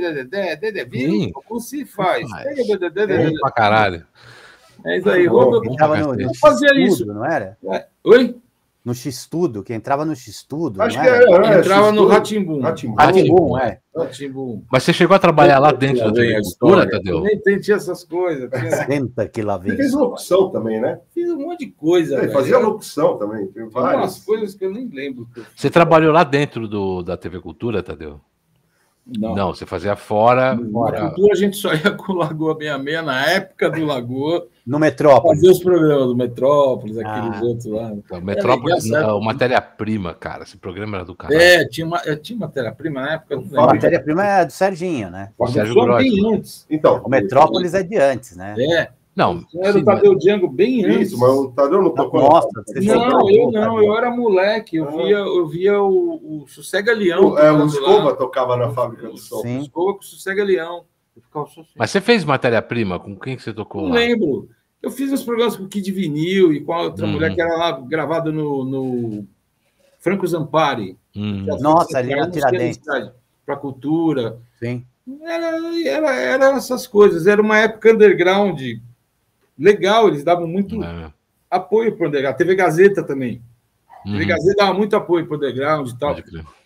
viu como se faz. Bom pra caralho. É isso aí. Bom, entrava no, no fazia isso, não era? É. Oi? No X-Tudo, que entrava no X-Tudo. Acho que era. era entrava no Ratimbum. Ratimbum, é. Ratimbum. Mas você chegou a trabalhar lá dentro da T V Cultura, Tadeu? Nem entendi essas coisas. Tinha... Senta que lá vem. Você fez locução também, né? Fiz um monte de coisa. É, fazia locução também. Tem várias umas coisas que eu nem lembro. Você trabalhou lá dentro do, da T V Cultura, Tadeu? Não. Não, você fazia fora. Na cultura a gente só ia com o Lagoa sessenta e seis, na época do Lagoa. No Metrópolis. Fazia os programas do Metrópolis, aqueles ah. outros lá. Então, Metrópolis, não, o Matéria-Prima, cara. Esse programa era do canal. É, tinha, uma, tinha Matéria-Prima na época. A Matéria-Prima é do Serginho, né? O Sérgio bem antes. Então, o Metrópolis é de antes, né? É. Não, era o Tadeu Django bem antes. Isso, mas o Tadeu não tocou. Nossa, não, eu não, eu era moleque, eu via, eu via o, o Sossega Leão. O, é, o Escova lá. Tocava na fábrica do som. Sim. O Escova com o Sossega Leão. Mas você fez Matéria-Prima? Com quem que você tocou não lá? Não lembro. Eu fiz uns programas com o Kid Vinil e com a outra uhum. mulher que era lá gravada no, no Franco Zampari. Uhum. Nossa, ali na Tiradentes. Para cultura. Sim. Era, era, era essas coisas. Era uma época underground legal, eles davam muito é. apoio para o underground. A T V Gazeta também. A T V uhum. Gazeta dava muito apoio para o underground e tal.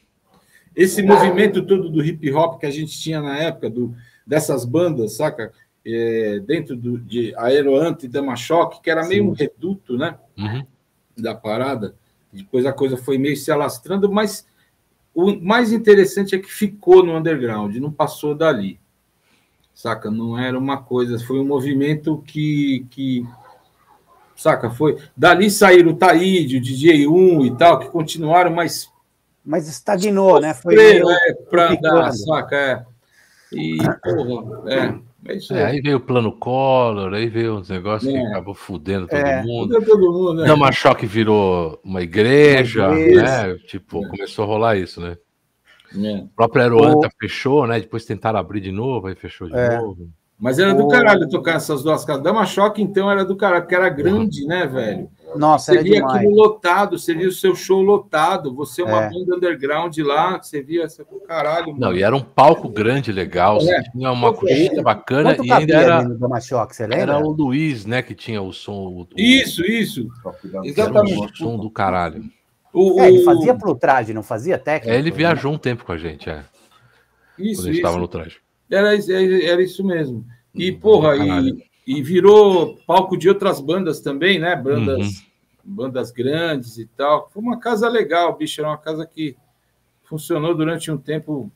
Esse movimento todo do hip hop que a gente tinha na época, do, dessas bandas, saca? É, dentro do, de Aeroante e Dama-Choque, que era Sim. meio um reduto, né? Uhum. Da parada. Depois a coisa foi meio se alastrando, mas o mais interessante é que ficou no underground, não passou dali. Saca? Não era uma coisa, foi um movimento que, que saca? Foi, dali saíram o Taíde, o D J um e tal, que continuaram, mas mas estagnou, né? Foi meio é, para dar, saca? É. E, porra, é, é isso aí. É, aí veio o plano Collor, aí veio uns negócios é. que acabou fudendo todo é. mundo. Fudeu todo mundo, né? Dama-Choque virou uma igreja, uma igreja. né? Tipo, é. começou a rolar isso, né? É. O próprio Aeroanta o... fechou, né? Depois tentaram abrir de novo, aí fechou de é. novo. Mas era do caralho tocar essas duas casas. Dama-Choque, então, era do caralho, porque era grande, uhum. né, velho? Nossa, você era via demais. aquilo lotado, você via o seu show lotado, você é uma é. banda underground lá, você via essa caralho. Mano. Não, e era um palco grande, legal, é. tinha uma acústica bacana Quanto e ainda era. Dama-Choque, você lembra? Era o Luiz, né, que tinha o som. O, isso, isso. Exatamente. Era um som do caralho. O, é, ele fazia pro traje, não fazia técnico? É, ele viajou um tempo com a gente, é. Isso, quando a gente estava no traje. Era, era isso mesmo. E, porra, e, e virou palco de outras bandas também, né? Bandas, uhum. bandas grandes e tal. Foi uma casa legal, bicho. Era uma casa que funcionou durante um tempo.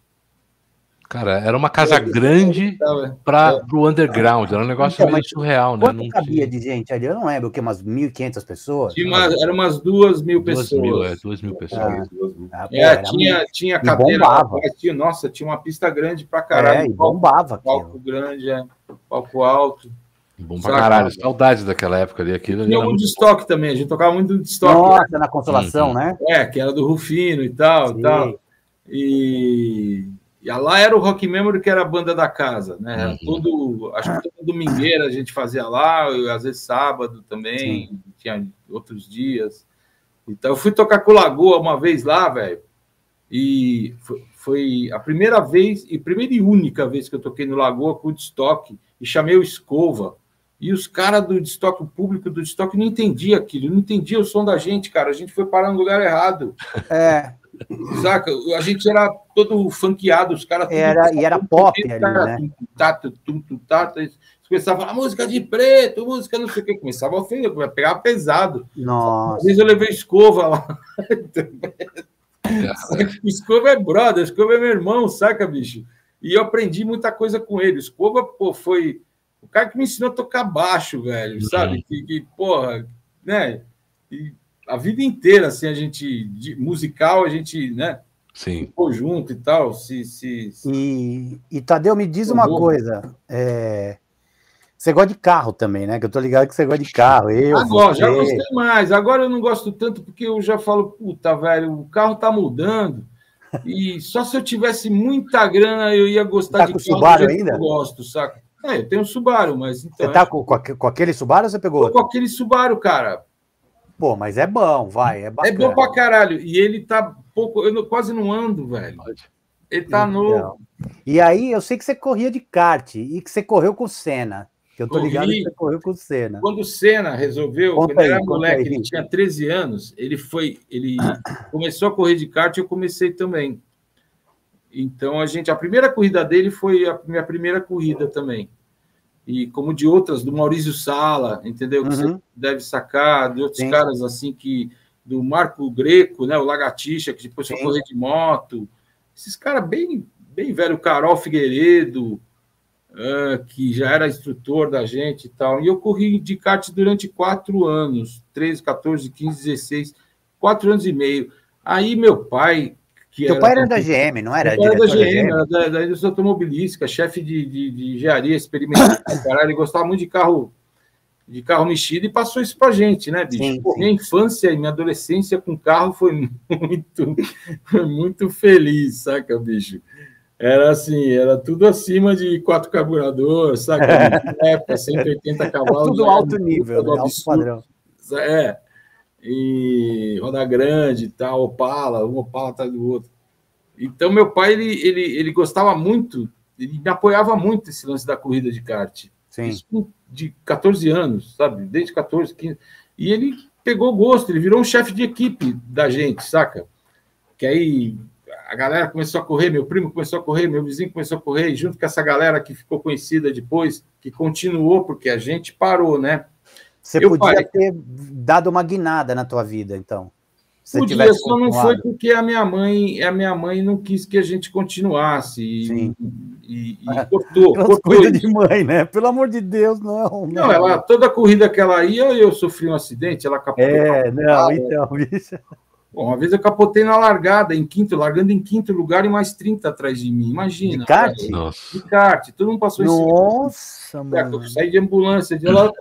Cara, era uma casa grande para o underground. Era um negócio então, meio surreal, né? Quanto não cabia tinha... de gente ali? Eu não lembro, o que? Umas mil e quinhentas pessoas? Tinha uma, eram umas duas mil duas pessoas. Mil, é, duas mil pessoas. Ah, ah, pô, é, tinha, tinha cadeira. Tinha, nossa, tinha uma pista grande pra caralho. É, e bombava. Palco aquilo. grande, é, palco alto. Bom pra caralho. Saudades daquela época ali. Aquilo tinha algum de estoque também. A gente tocava muito de estoque. Nossa, né? na Consolação, uhum. né? É, que era do Rufino e tal. E tal. E... E lá era o Rock Memory, que era a banda da casa, né? Uhum. Todo, acho que toda domingueira a gente fazia lá, às vezes sábado também, Sim. tinha outros dias. Então, eu fui tocar com o Lagoa uma vez lá, velho, e foi, foi a primeira vez, e primeira e única vez que eu toquei no Lagoa com o Destoque, e chamei o Escova. E os caras do Destoque, o público do Destoque, não entendia aquilo, não entendia o som da gente, cara. A gente foi parar no lugar errado. É. Saca? A gente era todo funkeado, os caras... Era, e era pop ali, né? Tato, tum, tum, tato, eles começavam a falar música de preto, música não sei o que, começava a ofender, pegar pesado. Nossa. Às vezes eu levei escova lá. Escova é brother, Escova é meu irmão, saca, bicho? E eu aprendi muita coisa com ele. Escova, pô, foi o cara que me ensinou a tocar baixo, velho, sabe? Que, que porra, né? E a vida inteira, assim, a gente, de, musical, a gente, né? Sim. Ficou junto e tal. Se, se, se... E, e, Tadeu, me diz uma coisa. É... Você gosta de carro também, né? Que eu tô ligado que você gosta de carro. Eu, Agora, você... já gostei mais. Agora eu não gosto tanto porque eu já falo, puta, velho, o carro tá mudando. E só se eu tivesse muita grana eu ia gostar tá de com carro Subaru do jeito ainda? que eu gosto, saca? É, eu tenho um Subaru, mas então... Você tá com, com aquele Subaru ou você pegou outro? Com aquele Subaru, cara. Pô, mas é bom, vai, é bacana. É bom pra caralho. E ele tá pouco... Eu não, quase não ando, velho. Ele tá então, novo. E aí, eu sei que você corria de kart e que você correu com o Senna. Que eu tô Corri. ligado que você correu com o Senna. Quando o Senna resolveu, conta quando aí, era moleque, ele tinha treze anos, ele foi... Ele começou a correr de kart e eu comecei também. Então, a gente... A primeira corrida dele foi a minha primeira corrida também. E como de outras, do Maurício Sala, entendeu? Que uhum. Você deve sacar, de outros Sim. caras assim que... Do Marco Greco, né? O Lagartixa, que depois Sim. foi correr de moto. Esses caras bem, bem velho, o Carol Figueiredo, uh, que já era instrutor da gente e tal. E eu corri de kart durante quatro anos, treze, quatorze, quinze, dezesseis, quatro anos e meio. Aí meu pai... Que Teu era, pai era da G M, não era? Meu pai era da G M, era da, da indústria automobilística, chefe de, de, de engenharia experimental. Caralho, ele gostava muito de carro, de carro mexido e passou isso pra gente, né, bicho? Sim, Pô, sim. Minha infância e minha adolescência com carro foi muito, foi muito feliz, saca, bicho? Era assim, era tudo acima de quatro carburadores, saca? Época, cento e oitenta cavalos. Tudo alto nível, né? Alto padrão. É. E roda grande e tal, Opala, um Opala atrás do outro. Então, meu pai, ele, ele, ele gostava muito, ele me apoiava muito esse lance da corrida de kart. Sim. Isso de quatorze anos, sabe? Desde quatorze, quinze. E ele pegou gosto, ele virou um chefe de equipe da gente, saca? Que aí a galera começou a correr, meu primo começou a correr, meu vizinho começou a correr, e junto com essa galera que ficou conhecida depois, que continuou, porque a gente parou, né? Você eu podia parei. ter dado uma guinada na tua vida, então. Se podia, só não foi porque a minha mãe, a minha mãe não quis que a gente continuasse e, Sim. e, e, e cortou. cortou coisa de mãe, né? Pelo amor de Deus, não. Não, não ela, toda corrida que ela ia, eu sofri um acidente, ela capotou. É, não, então, bicho. Bom, uma vez eu capotei na largada, em quinto, largando em quinto lugar e mais trinta atrás de mim, imagina. De kart? Nossa. De kart, todo mundo passou em cima. Nossa, mano. Eu saí de ambulância, de lá,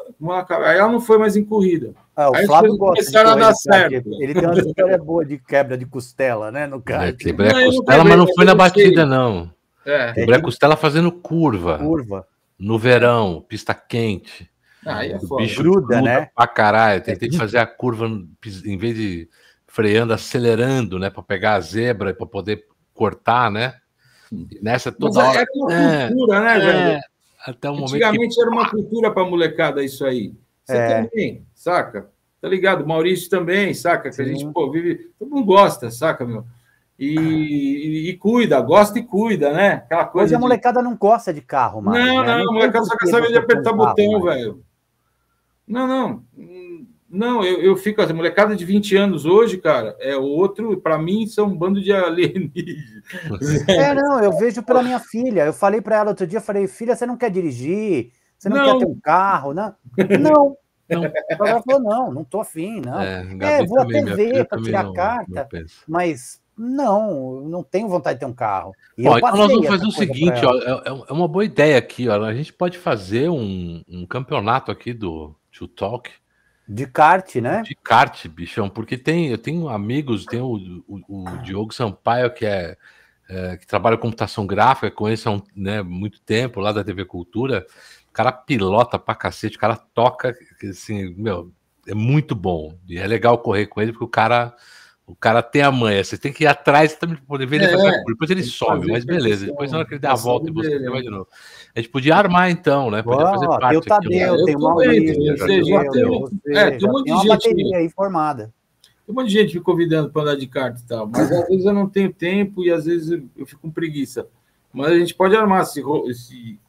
aí ela não foi mais em corrida. Ah, o aí Flávio começaram a dar certo. Ele tem uma história boa de quebra de costela, né, no kart. É, quebrei a costela, mas não foi na batida, não. É. Quebrei a costela fazendo curva. Curva. No verão, pista quente. Ah, é o bicho gruda, né? Pra caralho. Tentei fazer a curva, em vez de freando, acelerando, né? Para pegar a zebra e para poder cortar, né? E nessa toda Mas hora. Era uma cultura, é, né, é, velho? Até o momento Antigamente que... era uma cultura para molecada isso aí. Você é. também, saca? Tá ligado? Maurício também, saca? Que Sim. a gente, pô, vive. Todo mundo gosta, saca, meu? E, e, e cuida, gosta e cuida, né? Aquela coisa. Hoje a molecada de... não gosta de carro, mano. Não, né? não, não, a molecada só quer saber de apertar botão, velho. Não, não. Não, eu, eu fico. A molecada de vinte anos hoje, cara, é outro. Para mim, são um bando de alienígenas. É, não, eu vejo pela minha filha. Eu falei para ela outro dia, eu falei, filha, você não quer dirigir? Você não, não. quer ter um carro? Não. Não. Não. Ela falou, não, não tô afim, não. É, é vou até ver para tirar a carta, mas não, não tenho vontade de ter um carro. E Bom, então nós vamos fazer o seguinte, ó, é uma boa ideia aqui, ó, a gente pode fazer um, um campeonato aqui do Tio Talk. De kart, né? De kart, bichão, porque tem, eu tenho amigos, tem o, o, o Diogo Sampaio, que é, é que trabalha com computação gráfica, conheço há um, né, muito tempo, lá da T V Cultura. O cara pilota pra cacete, o cara toca, assim, meu, é muito bom. E é legal correr com ele, porque o cara, o cara tem a manha. Você tem que ir atrás também pra poder ver ele é, fazer a curva. Depois ele sobe, mas beleza. Depois na hora que ele dá a volta e você dele, vai de novo. A gente podia armar então, né? Podia fazer parte. Tem o Tadeu, tem o Maurício, tem um monte de gente bateria aí formada. Tem um monte de gente me convidando para andar de kart e tal, mas às vezes eu não tenho tempo e às vezes eu fico com preguiça. Mas a gente pode armar esse, esse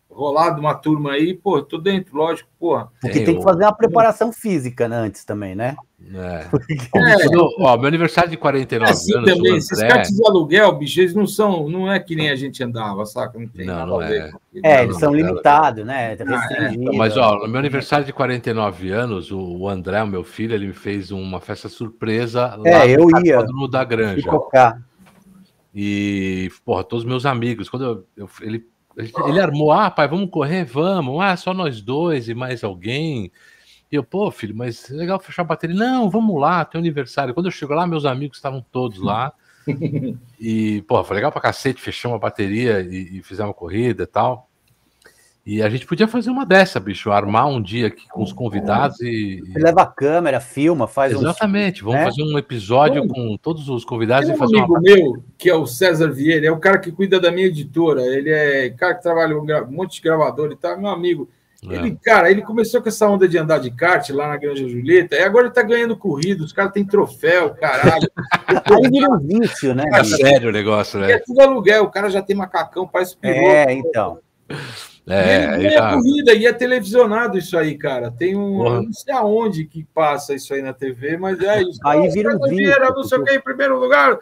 rolar de uma turma aí, pô, tô dentro, lógico, porra. Porque tem, tem que fazer uma preparação física, né, antes também, né? É. É. Quando, ó, meu aniversário de quarenta e nove é assim anos. Também, esses caras de aluguel, bicho, eles não são, não é que nem a gente andava, saca? Não tem não, nada não a ver. É, é não, eles não, são não, limitados, né? Restringidos. Mas, ó, no meu aniversário de quarenta e nove anos, o André, o meu filho, ele me fez uma festa surpresa é, lá eu no ia no da Granja. Tocar. E, porra, todos os meus amigos, quando eu, eu, ele, ele armou, ah, pai, vamos correr? Vamos. Ah, só nós dois e mais alguém. E eu, pô, filho, mas é legal fechar a bateria. Não, vamos lá, tem um aniversário. Quando eu chego lá, meus amigos estavam todos lá. E, pô, foi legal pra cacete, fechamos a bateria e, e fizemos uma corrida e tal. E a gente podia fazer uma dessa, bicho, armar um dia aqui com os convidados e... e... leva a câmera, filma, faz Exatamente, um... vamos né? fazer um episódio Bom, com todos os convidados tem e fazer um amigo uma... meu, que é o César Vieira, é o cara que cuida da minha editora, ele é cara que trabalha com um monte de gravador e tal, meu amigo. É. Ele, cara, ele começou com essa onda de andar de kart lá na Granja Julieta, e agora ele tá ganhando corrida, os caras têm troféu, caralho. Aí vira um vício, né? É sério o negócio, né? É tudo aluguel, o cara já tem macacão, parece piloto. É, então. É, e ele já... a corrida, e é televisionado isso aí, cara. Tem um. Porra. Eu não sei aonde que passa isso aí na T V, mas é isso. Aí vira um vídeo. Não sei o que, em primeiro lugar.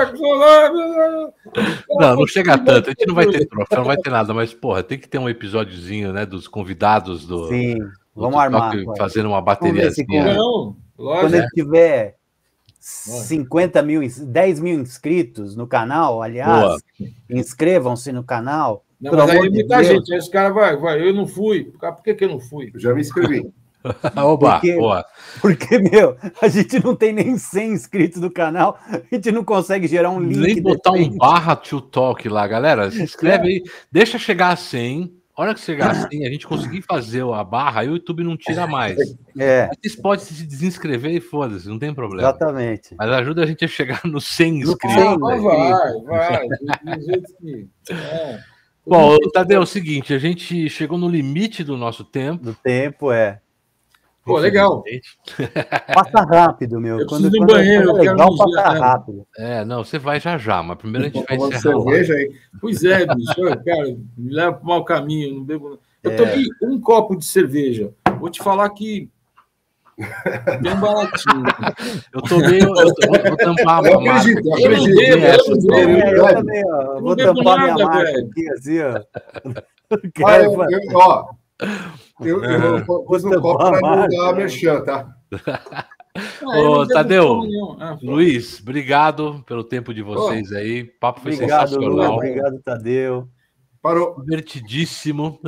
Não, não chega tanto. A gente não vai ter troféu, não vai ter nada, mas, porra, tem que ter um episódiozinho, né, dos convidados do. Sim, do vamos armar. Fazendo uma bateriazinha. Não, lógico. Quando ele tiver cinquenta mil, dez mil inscritos no canal, aliás, inscrevam-se no canal. Não, mas aí muita de gente, aí os caras vai, vai, eu não fui. Por que, que eu não fui? Eu já me inscrevi. Oba, porque, boa. porque, meu, a gente não tem nem cem inscritos no canal, a gente não consegue gerar um link. Nem botar um barra to talk lá, galera. Se inscreve aí, deixa chegar a cem. A hora que chegar a cem, a gente conseguir fazer a barra, aí o YouTube não tira mais. É. Vocês podem se desinscrever e foda-se, não tem problema. Exatamente. Mas ajuda a gente a chegar no cem inscritos. Ah, vai, vai, vai. Do jeito que... É. Bom, Tadeu, é o seguinte, a gente chegou no limite do nosso tempo. Do tempo, é. Pô, legal. Passa rápido, meu. Eu quando, preciso quando do banheiro, é legal, eu passa né? rápido. É, não, você vai já já, mas primeiro a gente vai encerrar. Cerveja aí. Pois é, bicho, cara, me leva para o mau caminho. Não bebo... Eu é. tomei um copo de cerveja. Vou te falar que bem baratinho. Eu tomei, eu, eu vou, vou tampar a marca. Eu não bebo, eu não bebo. Eu também, ó. Vou tampar minha marca aqui, assim, ó. Ah, eu, eu, ó, eu, eu, eu pus no copo para não dar a merchan, tá? Ah, Ô, Tadeu, ah, Luiz, obrigado pelo tempo de vocês oh, aí. O papo foi obrigado, sensacional. Lu, obrigado, Tadeu. Parou. Divertidíssimo.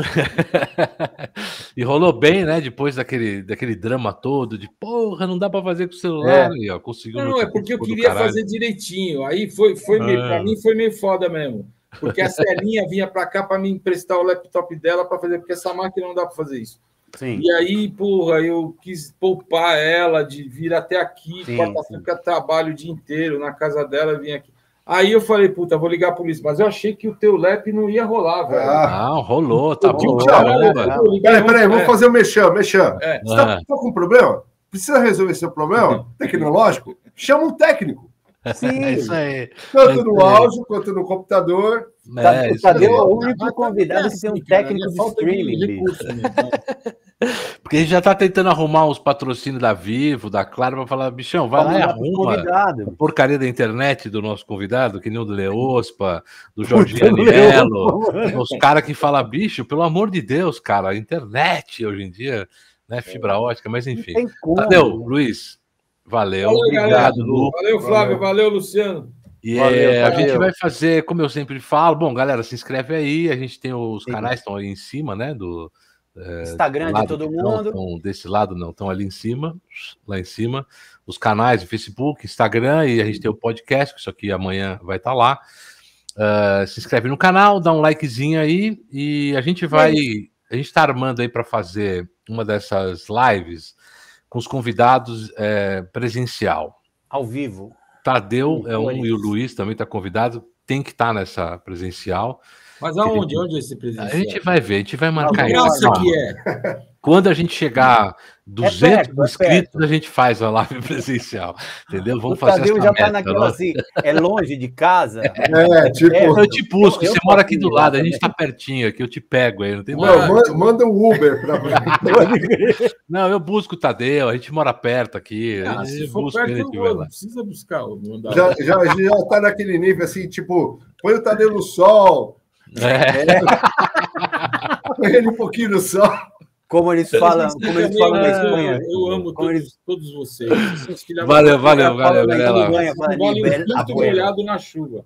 E rolou bem, né? Depois daquele, daquele drama todo de porra, não dá para fazer com o celular. É. E, ó, conseguiu não, é porque eu queria fazer direitinho. Aí foi, foi ah. meio, para mim foi meio foda mesmo. Porque a Celinha vinha para cá para me emprestar o laptop dela para fazer, porque essa máquina não dá para fazer isso. Sim. E aí, porra, eu quis poupar ela de vir até aqui, quarta-feira, trabalho o dia inteiro na casa dela, eu vim aqui. Aí eu falei, puta, vou ligar a polícia, mas eu achei que o teu lap não ia rolar, velho. Ah, não, rolou, tá bom. Peraí, peraí, vamos fazer o mexão, mexão. É. Você tá, tá com problema? Precisa resolver seu problema tecnológico? Chama um técnico. Sim, é isso aí. Tanto no áudio quanto no computador. É, o Tadeu é o único convidado que tem um técnico de streaming. Porque a gente já tá tentando arrumar os patrocínios da Vivo, da Claro, para falar, bichão, vai lá e arruma a porcaria da internet do nosso convidado, que nem o do Leospa, do Jorginho Aniello, os caras que falam, bicho, pelo amor de Deus, cara, a internet hoje em dia, né, fibra ótica, mas enfim. Tadeu, Luiz, valeu. Valeu, obrigado, Lu. Valeu, Flávio, valeu, valeu Luciano. E valeu, é, a valeu. gente vai fazer, como eu sempre falo, bom, galera, se inscreve aí, a gente tem os Sim. canais, estão aí em cima, né, do... É, Instagram de todo mundo. Não, tão desse lado não, estão ali em cima, lá em cima. Os canais do Facebook, Instagram, e a gente tem o podcast, que isso aqui amanhã vai estar lá. Uh, se inscreve no canal, dá um likezinho aí, e a gente vai... A gente está armando aí para fazer uma dessas lives com os convidados é, presencial. Ao vivo. Tadeu é um e o Luiz também está convidado, tem que estar tá nessa presencial. Mas aonde? Gente... Onde é esse presencial? A gente vai ver, a gente vai marcar isso. Que é. Quando a gente chegar duzentos é perto, inscritos, é a gente faz a live presencial, entendeu? Vamos o fazer Tadeu essa já meta, tá naquela assim, é longe de casa? É, tipo... É, eu te busco, eu, você eu mora aqui do lado, a gente tá pertinho aqui, eu te pego aí, não tem não, manda, manda um Uber pra você. Não, eu busco o Tadeu, a gente mora perto aqui. Ah, se for perto, ele eu não precisa buscar. Já, já, já tá naquele nível assim, tipo, põe o Tadeu no sol. É. É. Põe ele um pouquinho no sol. Como eles falam, como eles falam na Espanha. Eu, eu amo todos, eles... todos vocês. Valeu, valeu, valeu, galera. Muito molhado na chuva.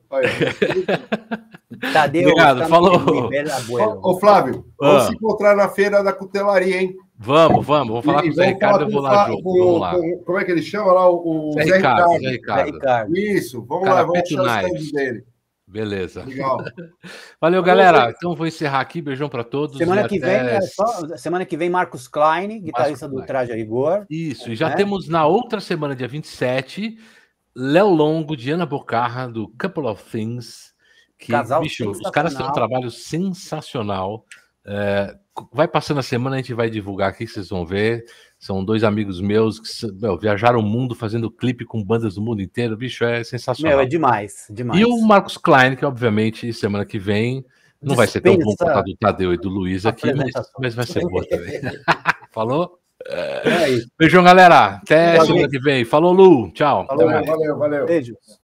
Tadeu, obrigado, falou. Ô, Flávio, vamos ah. se encontrar na feira da cutelaria, hein? Vamos, vamos. Vou falar e, com o Zé Ricardo, eu vou lá junto. Com, vamos lá. Com, como é que ele chama lá? O, o Zé, Zé, Ricardo, Ricardo. Zé Ricardo. Zé Ricardo. Isso, vamos Cara, lá, vamos achar o stand dele. Beleza. Legal. Valeu, galera. Então vou encerrar aqui. Beijão para todos. Semana que até... vem, é só... semana que vem, Marcos Klein, guitarrista Marcos do Traje a Rigor. Isso. E já né? temos na outra semana, dia vinte e sete, Léo Longo, Diana Bocarra, do Couple of Things. Que, Casal bicho, os caras têm um trabalho sensacional. É, vai passando a semana, a gente vai divulgar aqui, vocês vão ver. São dois amigos meus que meu, viajaram o mundo fazendo clipe com bandas do mundo inteiro. Bicho, é sensacional. Meu, é demais, demais. E o Marcos Klein, que obviamente semana que vem não Dispensa vai ser tão bom por causa do Tadeu e do Luiz aqui, mas, mas vai ser boa também. Falou? É. Beijão, galera. Até valeu. Semana que vem. Falou, Lu. Tchau. Falou, valeu, valeu. Beijo.